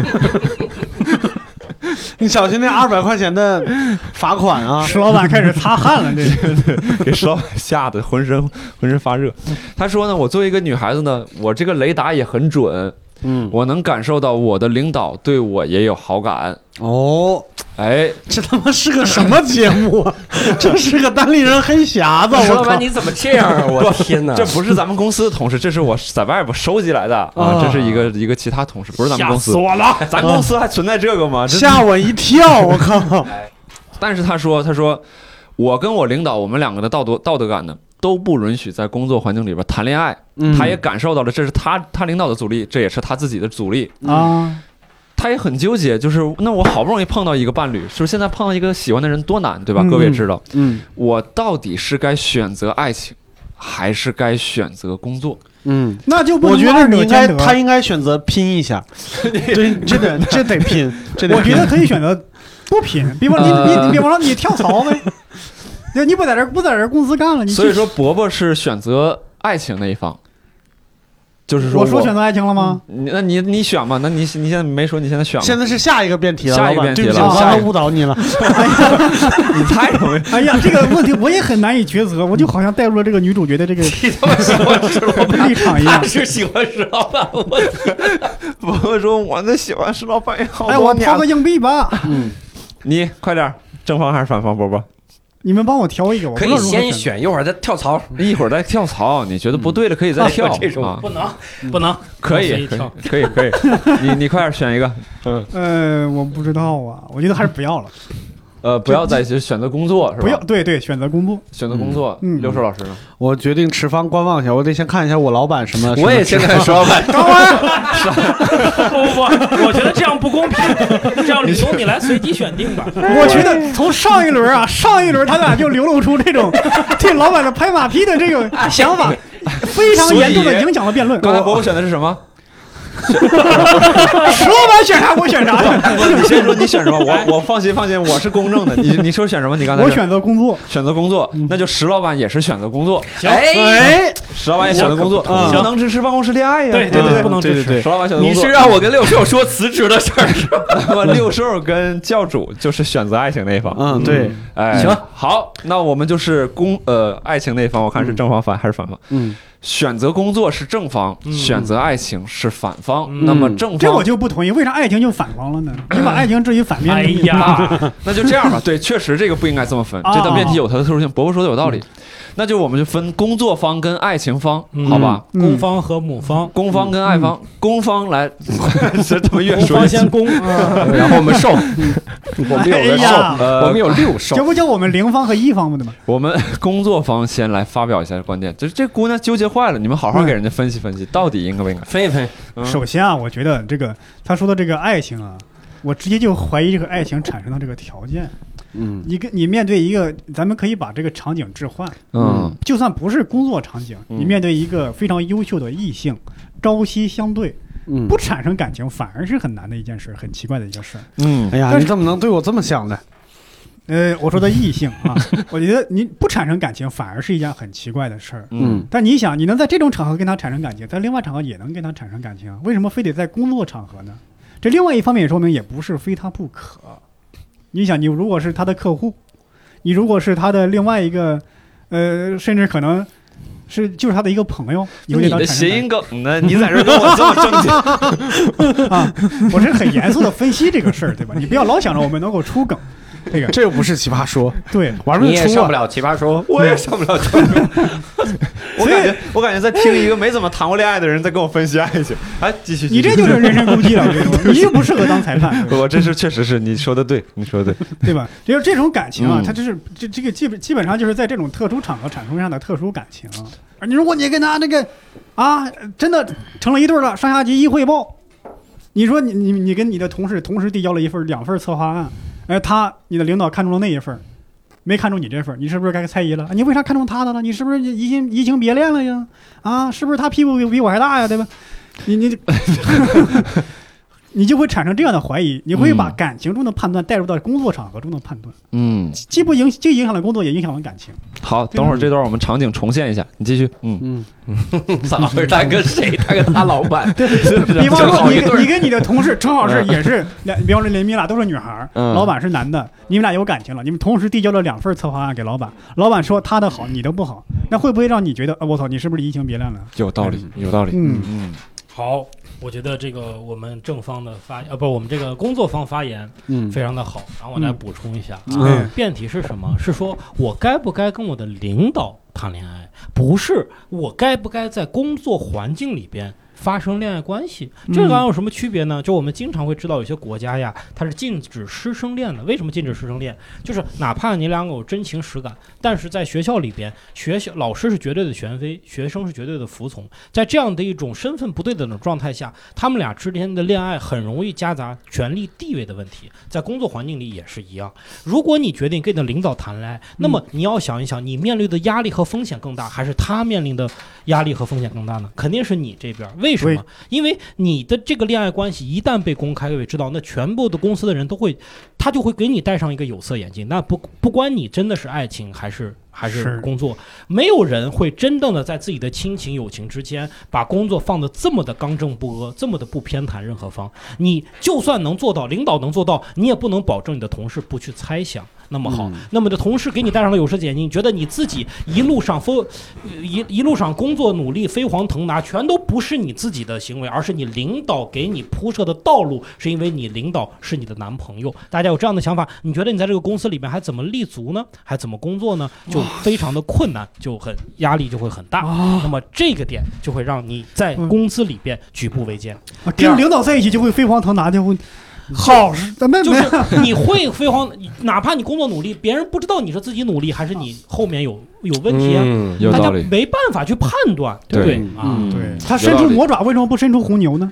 你小心那200块钱的罚款啊！ 石老板开始擦汗了，这给石老板吓得浑身发热。他说呢，我作为一个女孩子呢，我这个雷达也很准。我能感受到我的领导对我也有好感。哎， 这他妈是个什么节目啊？这是个单立人黑匣子！ 石老板你怎么这样啊？我天哪！ 这不是咱们公司的同事，这是我在外边收集来的啊！这是一个其他同事，不是咱们公司。 吓死我了！ 咱公司还存在这个吗？ 吓我一跳！我靠！ 但是他说，我跟我领导，我们2个的道德感呢，都不允许在工作环境里边谈恋爱。他也感受到了，这是他领导的阻力，这也是他自己的阻力啊。他也很纠结，就是那我好不容易碰到一个伴侣，是不是现在碰到一个喜欢的人多难，对吧？各位也知道，我到底是该选择爱情，还是该选择工作？ 那就我觉得他应该选择拼一下，对，这得拼。 我觉得可以选择不拼，比方你比方说你跳槽呗。你不在这公司干了， 所以说伯伯是选择爱情那一方。 就是说我说选择爱情了吗？ 那你选嘛？那你现在没说，你现在选吗？ 现在是下一个辩题了， 下一个辩题了， 我刚刚误导你了。 你太容易。 哎呀，这个问题我也很难以抉择，我就好像带入了这个女主角的这个你他妈喜欢石老板立场一样。 他是喜欢石老板， 我说我那喜欢石老板也好哎，我抛个硬币吧。 你快点，正方还是反方，波波？ 你们帮我挑一个，我可以先选，一会儿再跳槽， 一会儿再跳槽。你觉得不对了，可以再跳。 这种啊， 不能， 可以，可以。你快点选一个。 我不知道啊，我觉得还是不要了。 不要再选择工作是吧？ 不要，对，选择工作。 选择工作。刘寿老师呢？ 我决定持方观望一下，我得先看一下我老板什么。 我也先看石老板。 不，我觉得这样不公平。这样，李东你来随机选定吧。 我觉得从上一轮他俩就流露出这种对老板的拍马屁的这个想法，非常严重的影响了辩论。 刚才伯伯选的是什么？ 石老板选啥我选啥。 你先说你选什么，我放心，我是公正的。你说选什么？你刚才我选择工作， 那就石老板也是选择工作。 行， 石老板也选择工作，不能支持办公室恋爱呀。 对，不能支持。 石老板选择工作。 你是让我跟六兽说辞职的事儿是吧？ 那么六兽跟教主就是选择爱情那一方。 对， 哎， 行， 好，那我们就是爱情那一方，我看是正方反还是反方？选择工作是正方，选择爱情是反方。那么正方， 这我就不同意，为啥爱情就反方了呢？你把爱情置于反面。 哎呀， 那就这样吧。对，确实这个不应该这么分。这道辩题有它的特殊性，伯伯说的有道理。那就我们就分工作方跟爱情方，好吧？ 公方和母方， 公方跟爱方，公方来，这怎么越说越先攻， 然后我们受，我们有个受，我们有6受， 这不叫我们0方和1方吗？ 我们工作方先来发表一下观点，就是这姑娘纠结坏了，你们好好给人家分析分析，到底应该不应该分一分。 首先啊，我觉得这个他说的这个爱情啊，我直接就怀疑这个爱情产生的这个条件。你面对一个，咱们可以把这个场景置换，就算不是工作场景，你面对一个非常优秀的异性，朝夕相对，不产生感情，反而是很难的一件事，很奇怪的一个事。 哎呀，你怎么能对我这么想呢？ 我说的异性啊，我觉得你不产生感情，反而是一件很奇怪的事儿。但你想，你能在这种场合跟他产生感情，在另外场合也能跟他产生感情，为什么非得在工作场合呢？这另外一方面也说明，也不是非他不可。你想，你如果是他的客户，你如果是他的另外一个，甚至可能就是他的一个朋友， 你的谐音梗呢？你在这跟我这么正经啊？我是很严肃的分析这个事儿，对吧？你不要老想着我们能够出梗。 这又不是奇葩说， 对， 你也上不了奇葩说， 我也上不了奇葩说。我感觉在听一个没怎么谈过恋爱的人在跟我分析爱情。哎，继续， 你这就是人身攻击了，你就不适合当裁判。 我这是确实是你说的对， 对吧？就是这种感情啊，它就是这个基本上就是在这种特殊场合产生上的特殊感情。你如果你跟他这个啊，真的成了一对了，上下级一汇报，你说你跟你的同事同时递交了2份策划案。你的领导看中了那一份，没看中你这份，你是不是该猜疑了？你为啥看中他的了？你是不是移情别恋了呀？啊，是不是他屁股比我还大呀？对吧？你就会产生这样的怀疑，你会把感情中的判断带入到工作场合中的判断，既影响了工作，也影响了感情。 好，等会儿这段我们场景重现一下，你继续。 咋回事？他跟谁？他跟他老板。 比方说你跟你的同事正好是也是，比方说你们俩都是女孩，老板是男的，你们俩有感情了，你们同时递交了2份策划案给老板，老板说他的好，你的不好，那会不会让你觉得我操，你是不是移情别恋了？ 有道理。 好，我觉得这个我们正方的我们这个工作方发言，非常的好。然后我来补充一下辩题是什么？是说我该不该跟我的领导谈恋爱，不是我该不该在工作环境里边发生恋爱关系。这个有什么区别呢？就我们经常会知道有些国家呀，它是禁止师生恋的。为什么禁止师生恋？就是哪怕你两个有真情实感，但是在学校里边，老师是绝对的权威，学生是绝对的服从。在这样的一种身份不对等的状态下，他们俩之间的恋爱很容易夹杂权力地位的问题。在工作环境里也是一样。如果你决定跟你的领导谈恋爱，那么你要想一想，你面临的压力和风险更大，还是他面临的压力和风险更大呢？肯定是你这边。为什么？因为你的这个恋爱关系一旦被公开被知道，那全部的公司的人他就会给你戴上一个有色眼镜。那不管你真的是爱情还是还是工作？没有人会真正的在自己的亲情友情之间把工作放得这么的刚正不阿，这么的不偏袒任何方。你就算能做到，领导能做到，你也不能保证你的同事不去猜想。那么好，那么的同事给你戴上了有色眼镜，你觉得你自己一路上工作努力飞黄腾达，全都不是你自己的行为，而是你领导给你铺设的道路，是因为你领导是你的男朋友。大家有这样的想法，你觉得你在这个公司里面还怎么立足呢？还怎么工作呢？就非常的困难，就很压力就会很大。那么这个点就会让你在公司里边举步维艰。 跟领导在一起就会飞黄腾达，就会。好， 就是你会飞黄，哪怕你工作努力，别人不知道你是自己努力还是你后面有问题啊，大家没办法去判断，对不对啊？ 对，他伸出魔爪，为什么不伸出红牛呢？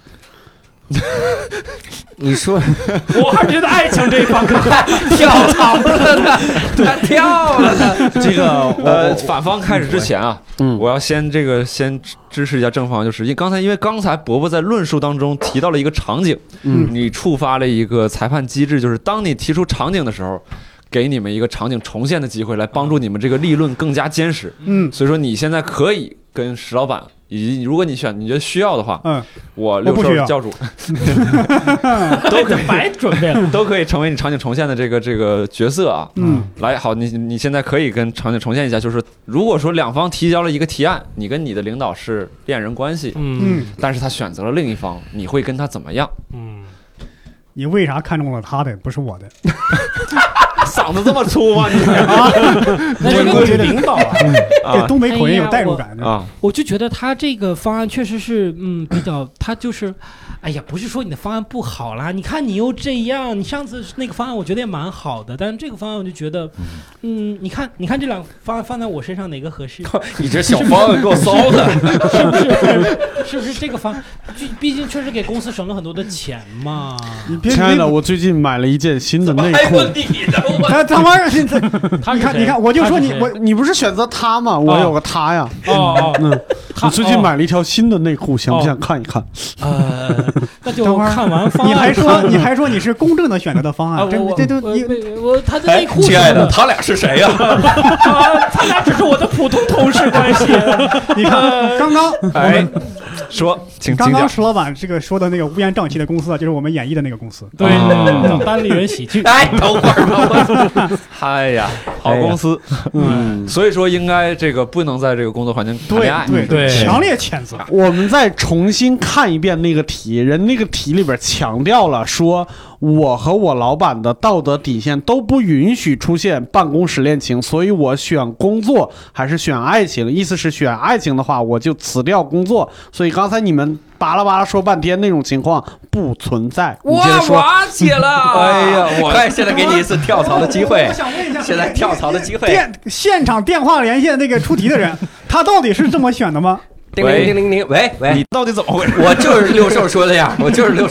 你说， 我还觉得爱情这一方跳槽了呢，他跳了呢。 这个反方开始之前啊，我要先支持一下正方，就是因为刚才伯伯在论述当中提到了一个场景，你触发了一个裁判机制，就是当你提出场景的时候，给你们一个场景重现的机会，来帮助你们这个立论更加坚实。所以说你现在可以跟石老板。以及如果你觉得需要的话，我六兽教主都可以白准备了， 都可以成为你场景重现的这个角色啊。来，好，你现在可以跟场景重现一下，就是如果说两方提交了一个提案，你跟你的领导是恋人关系，但是他选择了另一方，你会跟他怎么样？ 你为啥看中了他的，不是我的？ 嗓子这么粗吗？你那是个女领导啊， 对东北口音有代入感啊。我就觉得他这个方案确实是，比较，他就是，哎呀，不是说你的方案不好啦，你看你又这样，你上次那个方案我觉得也蛮好的，但是这个方案我就觉得，你看这两个方案放在我身上哪个合适？ 你这小方案够骚的， 是不是这个方案？毕竟确实给公司省了很多的钱嘛。 亲爱的，我最近买了一件新的内裤。 他玩意儿，你看，我就说你不是选择他吗？我有个他呀。我最近买了一条新的内裤，想不想看一看？ 那就看完方案。 你还说你是公正的选择的方案，这都他的内裤。 亲爱的，他俩是谁呀？ 他俩只是我的普通同事关系。 你看，刚刚说， 刚刚石老板这个说的那个乌烟瘴气的公司啊，就是我们演绎的那个公司。 对，单立人喜剧。 哎，等会儿吧。 哎呀，好公司。所以说应该这个不能在这个工作环境谈恋爱。 对，强烈谴责。 我们再重新看一遍那个题，人那个题里边强调了说，我和我老板的道德底线都不允许出现办公室恋情，所以我选工作还是选爱情？意思是选爱情的话，我就辞掉工作。所以刚才你们巴拉巴拉说半天那种情况不存在。 哇，瓦解了！哎呀，我现在给你一次跳槽的机会。 我想问一下， 现在跳槽的机会。 现场电话连线那个出题的人，他到底是这么选的吗？ 叮铃叮铃铃，喂， 你到底怎么回事？ 我就是六兽说的呀，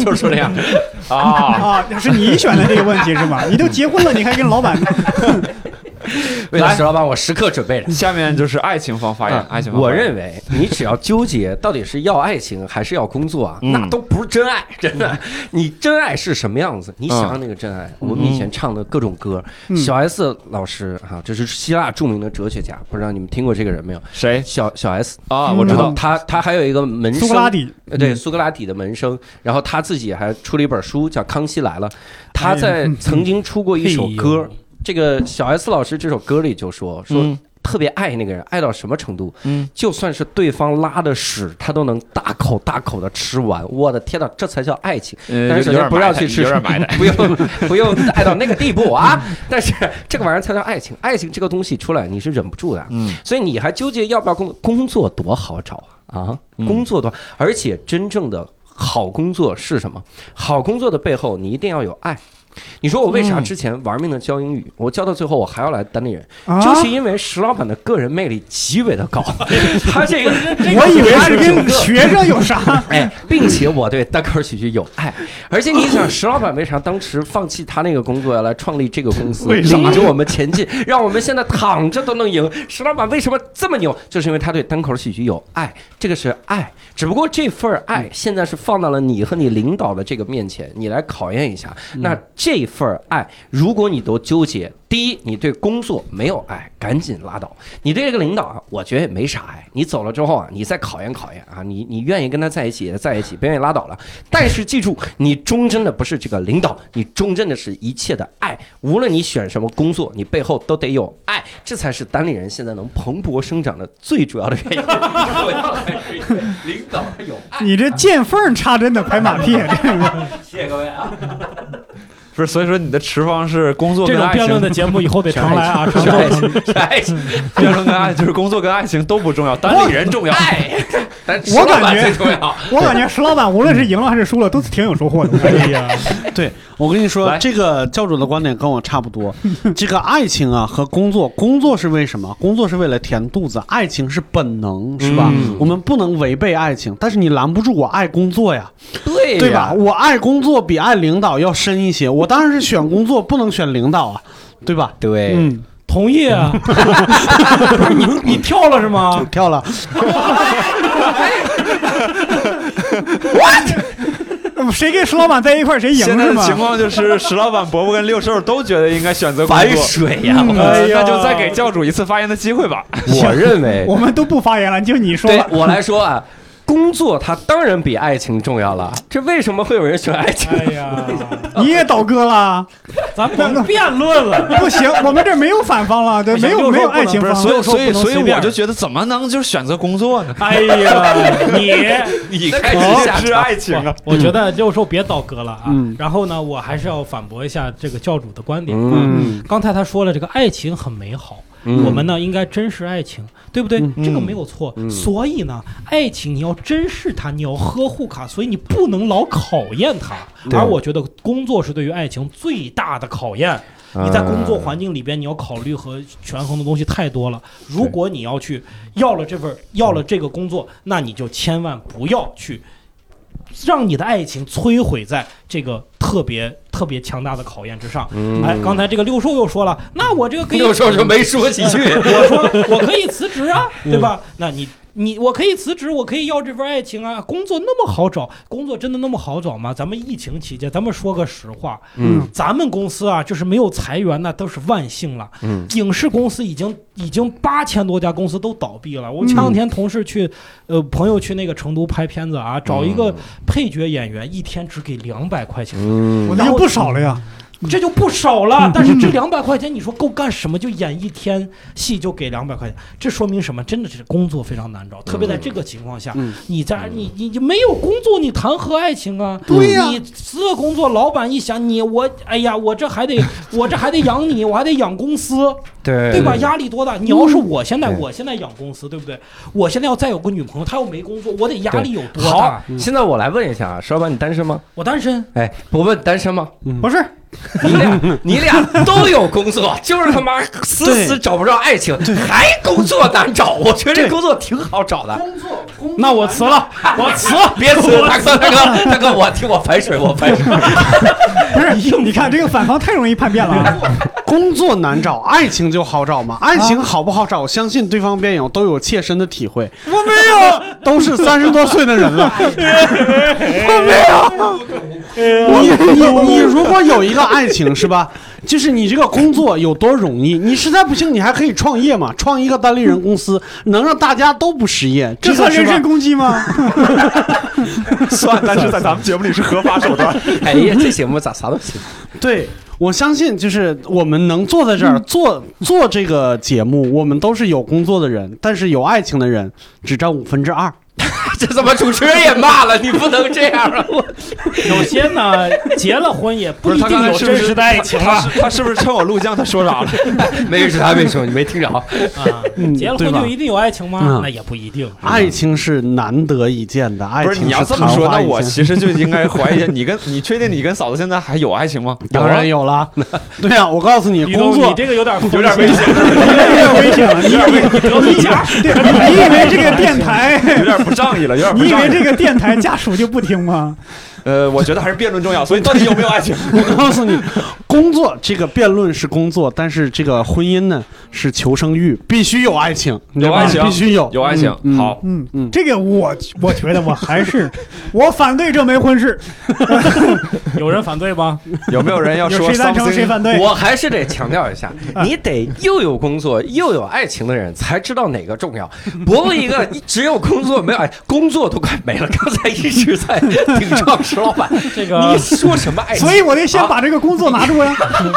是你选的这个问题是吗？你都结婚了，你还跟老板？ 为了石老板，我时刻准备着。 下面就是爱情方发言。爱情方， 我认为你只要纠结到底是要爱情还是要工作啊，那都不是真爱，真的。你真爱是什么样子？你想想那个真爱，我们以前唱的各种歌，小 S 老师哈，这是希腊著名的哲学家，不知道你们听过这个人没有？ 谁？ 小 S 啊，我知道。 他还有一个门生， 苏格拉底， 对，苏格拉底的门生。然后他自己还出了一本书，叫《康熙来了》。他在曾经出过一首歌。这个小 S 老师这首歌里就说特别爱那个人，爱到什么程度？就算是对方拉的屎，他都能大口大口的吃完。我的天哪，这才叫爱情！但是首先不要去吃，不用爱到那个地步啊！但是这个玩意儿才叫爱情。爱情这个东西出来，你是忍不住的。所以你还纠结要不要工作多好找啊？工作多，而且真正的好工作是什么？好工作的背后，你一定要有爱。你说我为啥之前玩命的教英语，我教到最后我还要来单立人，就是因为石老板的个人魅力极为的高，他这个我以为是跟学生有啥， 并且我对单口喜剧有爱，而且你想石老板为啥当时放弃他那个工作要来创立这个公司，领着我们前进，让我们现在躺着都能赢。石老板为什么这么牛？就是因为他对单口喜剧有爱，这个是爱，只不过这份爱现在是放到了你和你领导的这个面前，你来考验一下。那这份爱，如果你都纠结，第一，你对工作没有爱，赶紧拉倒。你对这个领导啊，我觉得也没啥爱。你走了之后啊，你再考验考验啊，你愿意跟他在一起也在一起，不愿意拉倒了。但是记住，你忠贞的不是这个领导，你忠贞的是一切的爱。无论你选什么工作，你背后都得有爱，这才是单立人现在能蓬勃生长的最主要的原因。我要来是因为领导他有爱。 你这见缝插针的拍马屁， 谢谢各位啊。 不是，所以说你的持方是工作跟爱情。 这种辩论的节目以后得常来啊，常是爱情， 辩论跟爱就是工作跟爱情都不重要，单立人重要。 但我感觉最重要。 我感觉石老板无论是赢了还是输了，都挺有收获的。 哎呀， 对，我跟你说，这个教主的观点跟我差不多。这个爱情啊和工作，工作是为什么？工作是为了填肚子，爱情是本能，是吧？我们不能违背爱情，但是你拦不住我爱工作呀，对吧？我爱工作比爱领导要深一些，我当然是选工作，不能选领导啊，对吧？ 对， 同意啊。不是你跳了是吗？ 跳了。 What？ 谁跟石老板在一块儿谁赢是吗？ 现在的情况就是石老板、伯伯跟六兽都觉得应该选择工作。 反水呀！ 那就再给教主一次发言的机会吧。 我认为我们都不发言了，就你说了。 对我来说啊。工作它当然比爱情重要了，这为什么会有人选爱情？ 哎呀， 你也倒戈了， 咱不辩论了， 不行，我们这没有反方了，对，没有爱情方， 所以我就觉得怎么能就选择工作呢？ 哎呀， 你开始下是爱情啊！ 我觉得六兽别倒戈了啊。然后呢，我还是要反驳一下这个教主的观点。刚才他说了，这个爱情很美好。我们呢应该珍视爱情，对不对？这个没有错。所以呢，爱情你要珍视它，你要呵护它，所以你不能老考验它。而我觉得工作是对于爱情最大的考验。你在工作环境里边，你要考虑和权衡的东西太多了。如果你要去要了这个工作，那你就千万不要去让你的爱情摧毁在这个特别强大的考验之上。哎，刚才这个六兽又说了，那我这个可以， 六兽就没说几句。 我说我可以辞职啊，对吧？那我可以辞职，我可以要这份爱情啊。工作那么好找，工作真的那么好找吗？咱们疫情期间，咱们说个实话，咱们公司啊，就是没有裁员，那都是万幸了。影视公司已经8000多家公司都倒闭了。我前两天同事朋友去那个成都拍片子啊，找一个配角演员，一天只给200块钱， 那就不少了呀。 这就不少了，但是这200块钱，你说够干什么？就演一天戏就给200块钱，这说明什么？真的是工作非常难找，特别在这个情况下，你没有工作，你谈何爱情啊？ 对呀， 你辞了工作，老板一想我这还得养你，我还得养公司，对吧？压力多大？你要是我现在养公司，对不对？我现在要再有个女朋友，她又没工作，我得压力有多大？ 好，现在我来问一下啊，石老板，你单身吗？ 我单身。 哎，我问单身吗？ 不是。 你俩都有工作，就是他妈死找不着爱情，还工作难找。我觉得这工作挺好找的。 工作，那我辞了， 别辞，大哥，我替我反水，我反水。 不是，你看这个反方太容易叛变了。 工作难找，爱情就好找嘛？爱情好不好找？相信对方辩友都有切身的体会。 我没有， 都是30多岁的人了。 我没有。你如果有一个爱情是吧？就是你这个工作有多容易，你实在不行，你还可以创业嘛，创一个单立人公司，能让大家都不失业。 这算人身攻击吗？ 算，但是在咱们节目里是合法手段。 哎呀，这节目咋啥都行。 对，我相信就是我们能坐在这儿做这个节目，我们都是有工作的人，但是有爱情的人只占2/5。 这怎么主持人也骂了？你不能这样啊！ 有些呢，结了婚也不一定有真实的爱情啊。 他是不是趁我录像他说啥了？ 没事，他没说，你没听着啊。 结了婚就一定有爱情吗？那也不一定。 爱情是难得一见的，爱情不是你要这么说，那我其实就应该怀疑你确定你跟嫂子现在还有爱情吗？ 当然有了。对呀，我告诉你，工作你这个有点危险， 有点危险了。你以为这个电台有点不仗义了？ 你以为这个电台家属就不听吗？ 我觉得还是辩论重要。所以到底有没有爱情？ 我告诉你，工作这个辩论是工作，但是这个婚姻呢是求生欲，必须有爱情， 有爱情， 必须有爱情。好， 这个我觉得我还是我反对这门婚事。 有人反对吗？ 有没有人要说谁赞成谁反对？ 我还是得强调一下，你得又有工作又有爱情的人才知道哪个重要。伯伯一个只有工作没有爱，工作都快没了。刚才一直在顶撞石老板， 这个你说什么爱情？ 所以我得先把这个工作拿住呀。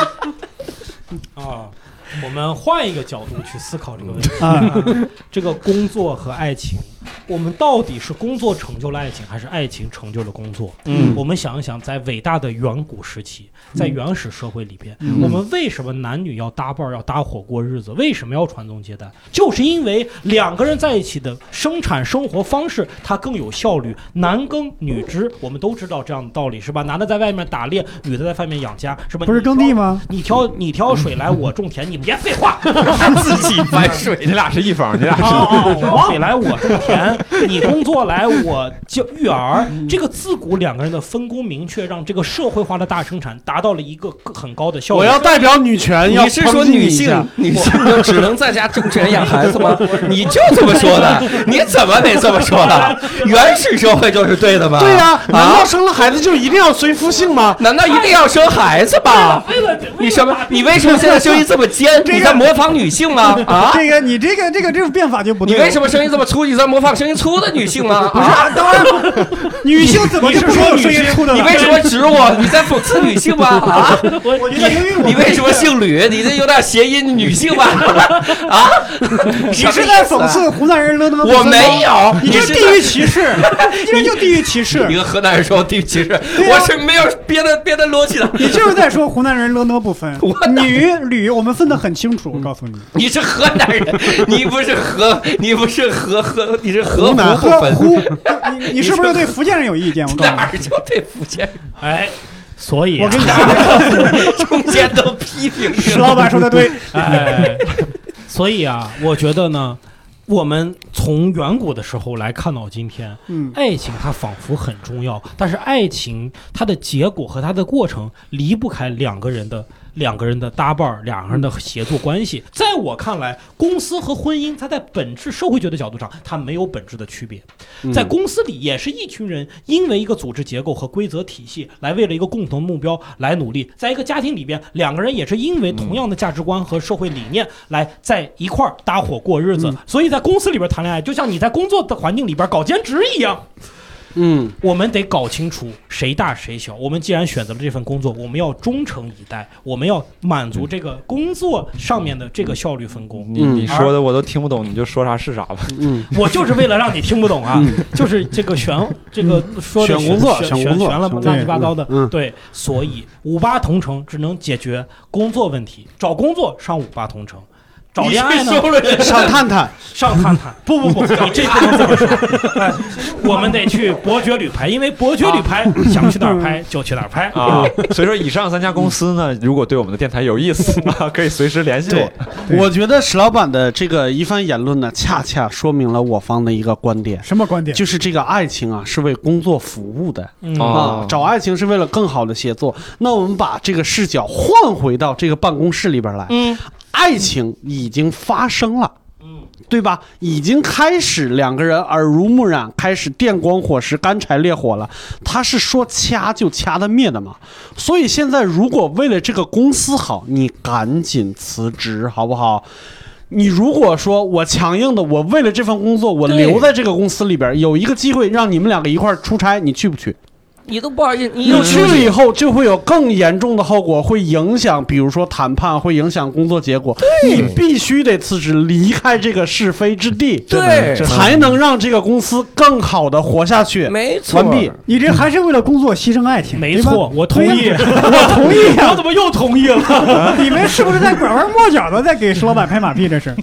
啊，我们换一个角度去思考这个问题。这个工作和爱情，我们到底是工作成就了爱情，还是爱情成就了工作？我们想一想，在伟大的远古时期，在原始社会里边，我们为什么男女要搭伴，要搭伙过日子？为什么要传宗接代？就是因为两个人在一起的生产生活方式，它更有效率，男耕女织。我们都知道这样的道理，是吧？男的在外面打猎，女的在外面养家，是吧？ 不是耕地吗？ 你挑水来，我种田，你别废话， 自己买水， 你俩是一方，你俩是挑水来，我种田，你工作来，我就育儿。这个自古两个人的分工明确，让这个社会化的大生产达到了一个很高的效率。 我要代表女权， 你是说女性就只能在家种田养孩子吗？你就这么说的？你怎么得这么说的？原始社会就是对的吗？ 对呀，难道生了孩子就一定要随夫姓吗？ 难道一定要生孩子吗？你什么？你为什么现在声音这么尖？你在模仿女性吗？啊， 你这个变法就不对。 你为什么声音这么粗？你在模仿声音粗的女性吗？ 不是，当然，女性怎么是说声音粗的？ 你为什么指我？你在讽刺女性吗？啊， 我觉得你为什么姓吕？你这有点谐音女性吧？啊， 你是在讽刺湖南人勒讷？ 我没有， 你这地域歧视，你这就地域歧视。 一个河南人说地域歧视，我是没有别的逻辑的。 你就是在说湖南人勒讷不分，女吕我们分得很清楚。我告诉你， 你是河南人，你不是河，你是河湖不分。 你是不是对福建人有意见？我告诉你， 哪儿就对福建人？ 哎。所以、 我跟你讲， 中间都批评石老板说的对。 哎，所以啊，我觉得呢，我们从远古的时候来看到今天，爱情它仿佛很重要，但是爱情它的结果和它的过程离不开两个人的搭伴，两个人的协作关系。在我看来，公司和婚姻，它在本质社会学的角度上，它没有本质的区别。在公司里，也是一群人因为一个组织结构和规则体系，来为了一个共同目标来努力。在一个家庭里边，两个人也是因为同样的价值观和社会理念，来在一块儿搭伙过日子。所以在公司里边谈恋爱，就像你在工作的环境里边搞兼职一样。我们得搞清楚谁大谁小。我们既然选择了这份工作，我们要忠诚以待，我们要满足这个工作上面的这个效率分工。 你说的我都听不懂，你就说啥是啥吧。 我就是为了让你听不懂啊，就是这个说的选工作选了乱七八糟的。对，所以58同城只能解决工作问题，找工作上58同城。找恋爱呢？ 上探探， 不，你这不能这么说。我们得去伯爵旅拍，因为伯爵旅拍想去哪儿拍就去哪儿拍啊。所以说，以上3家公司呢，如果对我们的电台有意思啊，可以随时联系我。 我觉得石老板的这个一番言论呢，恰恰说明了我方的一个观点。 什么观点？ 就是这个爱情啊，是为工作服务的啊，找爱情是为了更好的协作。那我们把这个视角换回到这个办公室里边来。爱情已经发生了，对吧？已经开始两个人耳濡目染，开始电光火石、干柴烈火了。他是说掐就掐得灭的嘛。所以现在如果为了这个公司好，你赶紧辞职，好不好？你如果说我强硬的，我为了这份工作，我留在这个公司里边，有一个机会让你们两个一块出差，你去不去？ 你都不好意思， 你去了以后就会有更严重的后果，会影响，比如说谈判，会影响工作结果。你必须得辞职，离开这个是非之地， 对， 才能让这个公司更好的活下去。 没错， 完毕。 你这还是为了工作牺牲爱情？ 没错，我同意， 我同意。 我怎么又同意了？ 你们是不是在拐弯抹角的在给石老板拍马屁？这是。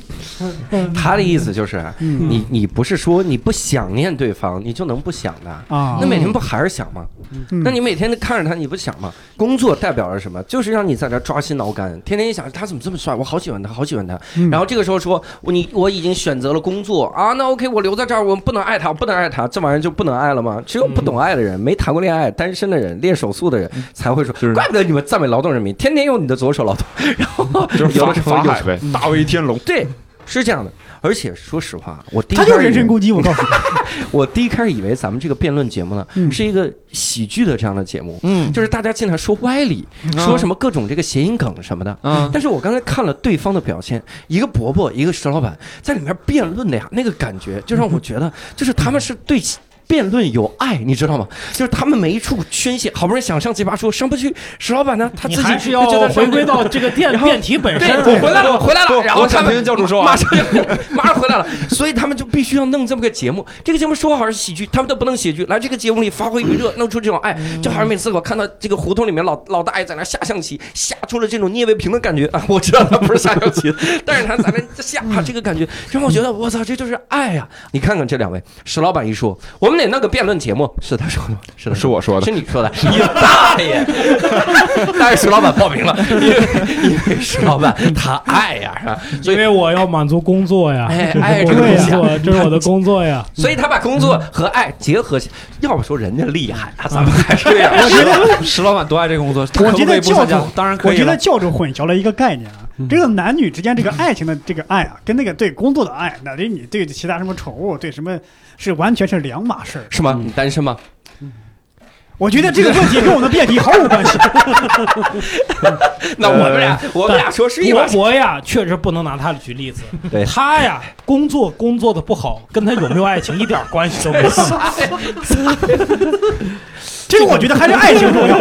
他的意思就是，你不是说你不想念对方，你就能不想的啊？那每天不还是想吗？那你每天看着他，你不想吗？工作代表了什么？就是让你在这抓心挠肝，天天一想他怎么这么帅，我好喜欢他，好喜欢他。然后这个时候说我已经选择了工作啊，那 OK， 我留在这儿，我不能爱他，我不能爱他，这玩意儿就不能爱了吗？只有不懂爱的人、没谈过恋爱、单身的人、练手速的人才会说，怪不得你们赞美劳动人民，天天用你的左手劳动，然后就是有的法海呗，大威天龙， 对，是这样的。而且说实话， 他就是人身攻击，我告诉你， 我第一开始以为咱们这个辩论节目呢，是一个喜剧的这样的节目，就是大家进来说歪理，说什么各种这个谐音梗什么的，但是我刚才看了对方的表现，一个伯伯，一个石老板在里面辩论的呀，那个感觉就让我觉得，就是他们是对辩论有爱，你知道吗？就是他们没处宣泄，好不容易想上奇葩说上不去，石老板呢，他自己还是要回归到这个辩题本身。 我回来了，然后他们教主说马上回来了，所以他们就必须要弄这么个节目。这个节目说好是喜剧，他们都不能喜剧，来这个节目里发挥余热，弄出这种爱，就好像每次我看到这个胡同里面老大爷在那下象棋，下出了这种聂卫平的感觉啊！我知道他不是下象棋，但是他在那下这个感觉，让我觉得我操，这就是爱呀！你看看这两位，石老板一说，我们得弄个辩论节目，是他说的吗？是我说的，是你说的，你大爷！但是石老板报名了，因为石老板他爱呀，是吧？ 因为我要满足工作呀， 爱这个东西， 这是我的工作呀， 所以他把工作和爱结合起。要不说人家厉害啊，咱们还是这样。 我觉得石老板多爱这个工作， 我觉得教主当然可以。 我觉得教主混淆了一个概念啊，这个男女之间这个爱情的这个爱啊，跟那个对工作的爱，那对你对其他什么宠物，对什么是完全是两码事儿， 是吗？你单身吗？ 我觉得这个问题跟我们的辩题毫无关系。 那我们俩说是一码事。 伯伯呀，确实不能拿他举例子。 对， 他呀，工作的不好，跟他有没有爱情一点关系都没有。 这个我觉得还是爱情重要。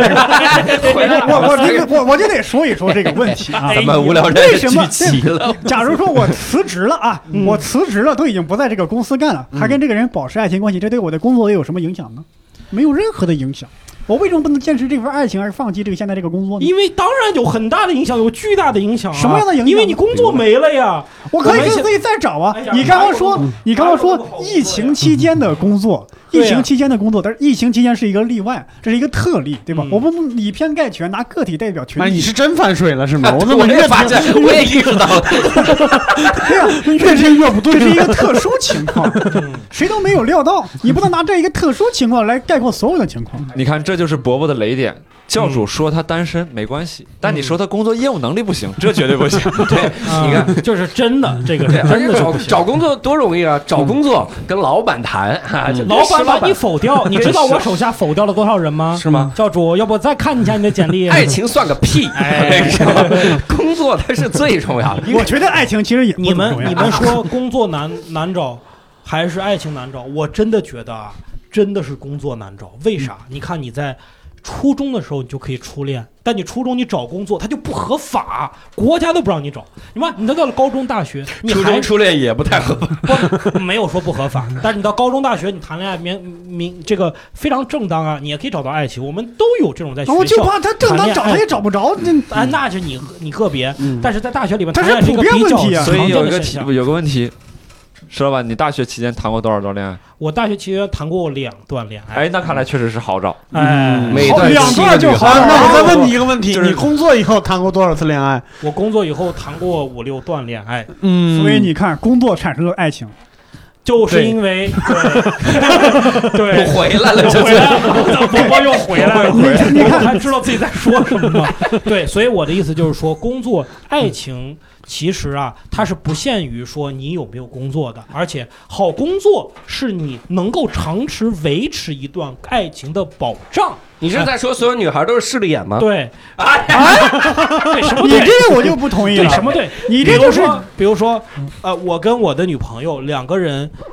我就得说一说这个问题啊。 咱们无聊人聚齐了。 假如说我辞职了啊，我辞职了，都已经不在这个公司干了，还跟这个人保持爱情关系，这对我的工作又有什么影响呢？没有任何的影响。我为什么不能坚持这份爱情而放弃这个现在这个工作呢？ 因为当然有很大的影响，有巨大的影响。 什么样的影响？ 因为你工作没了呀。 我可以自己再找啊。你刚刚说疫情期间的工作。疫情期间的工作，但是疫情期间是一个例外，这是一个特例，对吧？我不能以偏概全，拿个体代表群体。 你是真翻水了是吗？我怎么越发现，我也意识到了。 对呀，越听越不对，这是一个特殊情况，谁都没有料到，你不能拿这一个特殊情况来概括所有的情况。 你看，这就是伯伯的雷点。教主说他单身没关系，但你说他工作业务能力不行，这绝对不行。 对，你看， 就是真的，这个真的找工作多容易啊！找工作跟老板谈， 老板把你否掉，你知道我手下否掉了多少人吗？ 是吗？ 教主，要不再看一下你的简历？ 爱情算个屁！工作它是最重要的。 我觉得爱情其实也你们说工作难找，还是爱情难找？我真的觉得啊，真的是工作难找。为啥？你看你在初中的时候你就可以初恋，但你初中你找工作它就不合法，国家都不让你找。你看你到了高中大学，你初中初恋也不太合法， 没有说不合法，但是你到高中大学你谈恋爱这个非常正当啊，你也可以找到爱情，我们都有这种在学校。 我就怕他正当找他也找不着， 那是你个别，但是在大学里面它是普遍问题啊。 所以有个问题。石老板，你大学期间谈过多少段恋爱？ 我大学期间谈过2段恋爱。 哎，那看来确实是好找。 每段 2段就好。 那我再问你一个问题，你工作以后谈过多少次恋爱？ 我工作以后谈过5、6段恋爱。 所以你看，工作产生了爱情， 就是因为对又回来了， 伯伯又回来了。你看他知道自己在说什么吗？对，所以我的意思就是说，工作、爱情。其实啊，它是不限于说你有没有工作的，而且好工作是你能够长期维持一段爱情的保障。 你是在说所有女孩都是势利眼吗？ 对， 对什么？你这个我就不同意了。 什么对？ 你这就是， 比如说，我跟我的女朋友2个人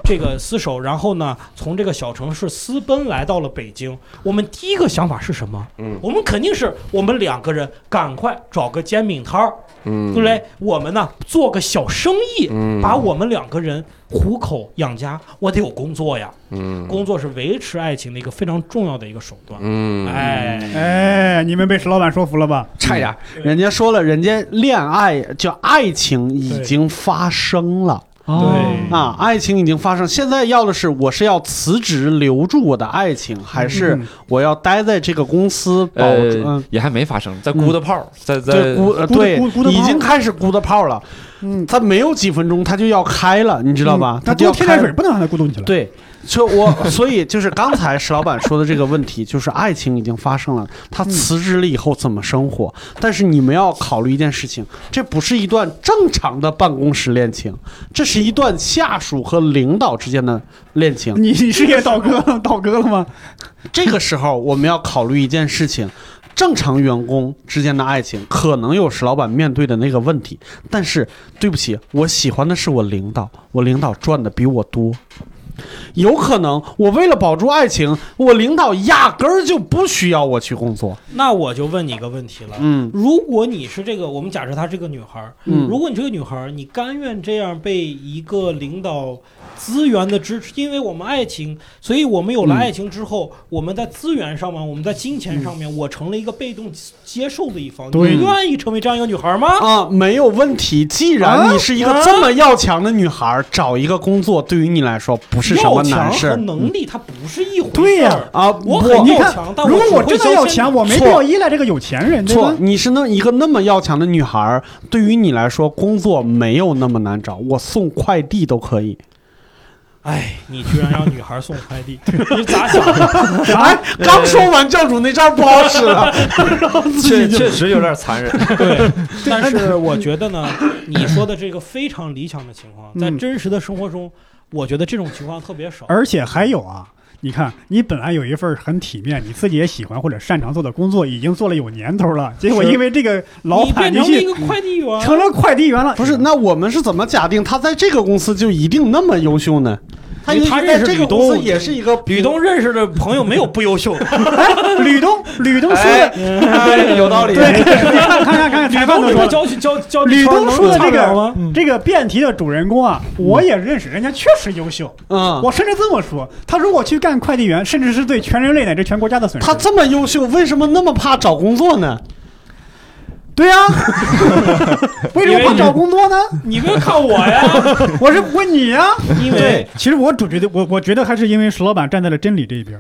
这个厮守，然后呢，从这个小城市私奔来到了北京。我们第一个想法是什么？我们肯定是我们2个人赶快找个煎饼摊儿，对不对？我们呢做个小生意，把我们2个人糊口养家。我得有工作呀，工作是维持爱情的一个非常重要的一个手段。 哎，你们被石老板说服了吧？ 差一点， 人家说了，人家恋爱叫爱情已经发生了。 对啊，爱情已经发生，现在要的是我是要辞职留住我的爱情，还是我要待在这个公司保住？ 也还没发生，在鼓的炮，在对，已经开始鼓的炮了。他没有几分钟他就要开了，你知道吧？他就要天然水不能让他咕咚起来。 对。所以就是刚才石老板说的这个问题，就是爱情已经发生了，他辞职了以后怎么生活？但是你们要考虑一件事情，这不是一段正常的办公室恋情，这是一段下属和领导之间的恋情。 你是也倒戈了吗？ 这个时候我们要考虑一件事情。正常员工之间的爱情可能有石老板面对的那个问题，但是对不起，我喜欢的是我领导赚的比我多。有可能我为了保住爱情，我领导压根儿就不需要我去工作。 那我就问你一个问题了，如果你是这个，我们假设她是个女孩，如果你这个女孩，你甘愿这样被一个领导资源的支持，因为我们爱情，所以我们有了爱情之后，我们在资源上面，我们在金钱上面，我成了一个被动接受的一方。你愿意成为这样一个女孩吗？ 啊，没有问题。既然你是一个这么要强的女孩，找一个工作对于你来说不是什么难事。 要强和能力它不是一回事。 对呀， 我很要强，但如果我真的要强，我没必要依赖这个有钱人。 错，你是一个那么要强的女孩，对于你来说工作没有那么难找，我送快递都可以。 哎，你居然让女孩送快递，你咋想的？ 哎，刚说完教主那招不好使了， 确实有点残忍。 对，但是我觉得呢，你说的这个非常理想的情况，在真实的生活中，我觉得这种情况特别少。 而且还有啊，你看，你本来有一份很体面、你自己也喜欢或者擅长做的工作，已经做了有年头了，结果因为这个老板你变成了一个快递员， 成了快递员了。 不是，那我们是怎么假定他在这个公司就一定那么优秀呢？ 他认识这个公司也是一个吕东认识的朋友没有不优秀。 吕东说的有道理。 对，看，吕东教吕东说的这个辩题的主人公啊，我也认识，人家确实优秀。我甚至这么说，他如果去干快递员，甚至是对全人类乃至全国家的损失。 他这么优秀，为什么那么怕找工作呢？ 对呀，为什么不找工作呢？ 你没有看我呀， 我是问你呀。 因为其实我觉得还是因为石老板站在了真理这一边。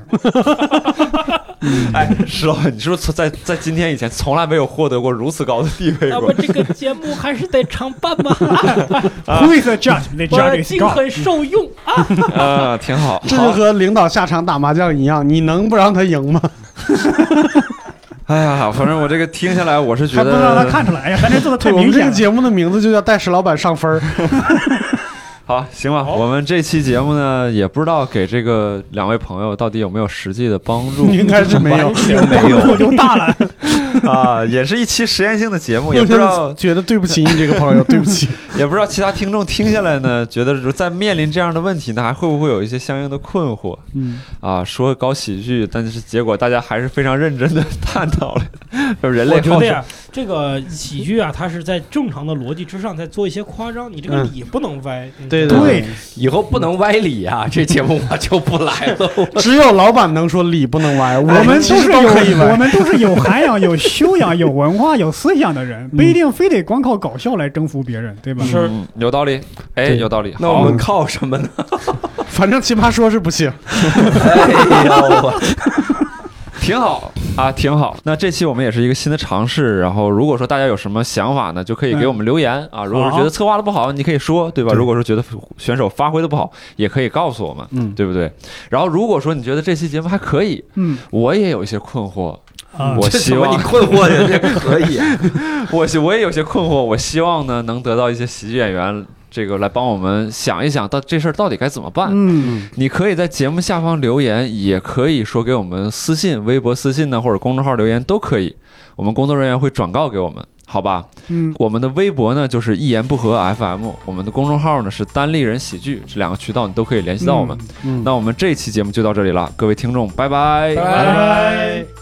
哎，石老板，你是不是在今天以前从来没有获得过如此高的地位过？ 那么这个节目还是得常办吗 ？Who is the judge? The judge is God. 我很受用啊。 挺好。 这就和领导下场打麻将一样，你能不让他赢吗？ 哎呀，反正我这个听下来，我是觉得还不能让他看出来。哎呀，咱这做的太明显了。 我们这个节目的名字就叫带石老板上分。 好，行吧，我们这期节目呢，也不知道给这个2位朋友到底有没有实际的帮助， 应该是没有， 没有， 我就大了啊，也是一期实验性的节目，也不知道觉得对不起你这个朋友，对不起， 也不知道其他听众听下来呢，觉得在面临这样的问题呢，还会不会有一些相应的困惑？说搞喜剧，但是结果大家还是非常认真的探讨了人类。 我觉得呀，这个喜剧啊，它是在正常的逻辑之上在做一些夸张，你这个理不能歪。 对， 以后不能歪理啊！这节目我就不来了。 只有老板能说理不能歪，我们其实都可以歪。 我们都是有涵养、有修养、有文化、有思想的人，不一定非得光靠搞笑来征服别人，对吧？ 是有道理，哎，有道理。 那我们靠什么呢？ 反正奇葩说是不行。 哎呦， 挺好啊，挺好。那这期我们也是一个新的尝试，然后如果说大家有什么想法呢，就可以给我们留言啊。如果是觉得策划的不好，你可以说，对吧？如果说觉得选手发挥的不好，也可以告诉我们，对不对？然后如果说你觉得这期节目还可以，我也有一些困惑。我希望你困惑人家可以， 我也有些困惑。我希望呢能得到一些喜剧演员。这个来帮我们想一想，这事儿到底该怎么办？你可以在节目下方留言，也可以说给我们私信、微博私信呢，或者公众号留言都可以。我们工作人员会转告给我们好吧，我们的微博呢就是一言不合 FM， 我们的公众号呢是单立人喜剧，这2个渠道你都可以联系到我们。那我们这期节目就到这里了，各位听众，拜拜， 拜拜。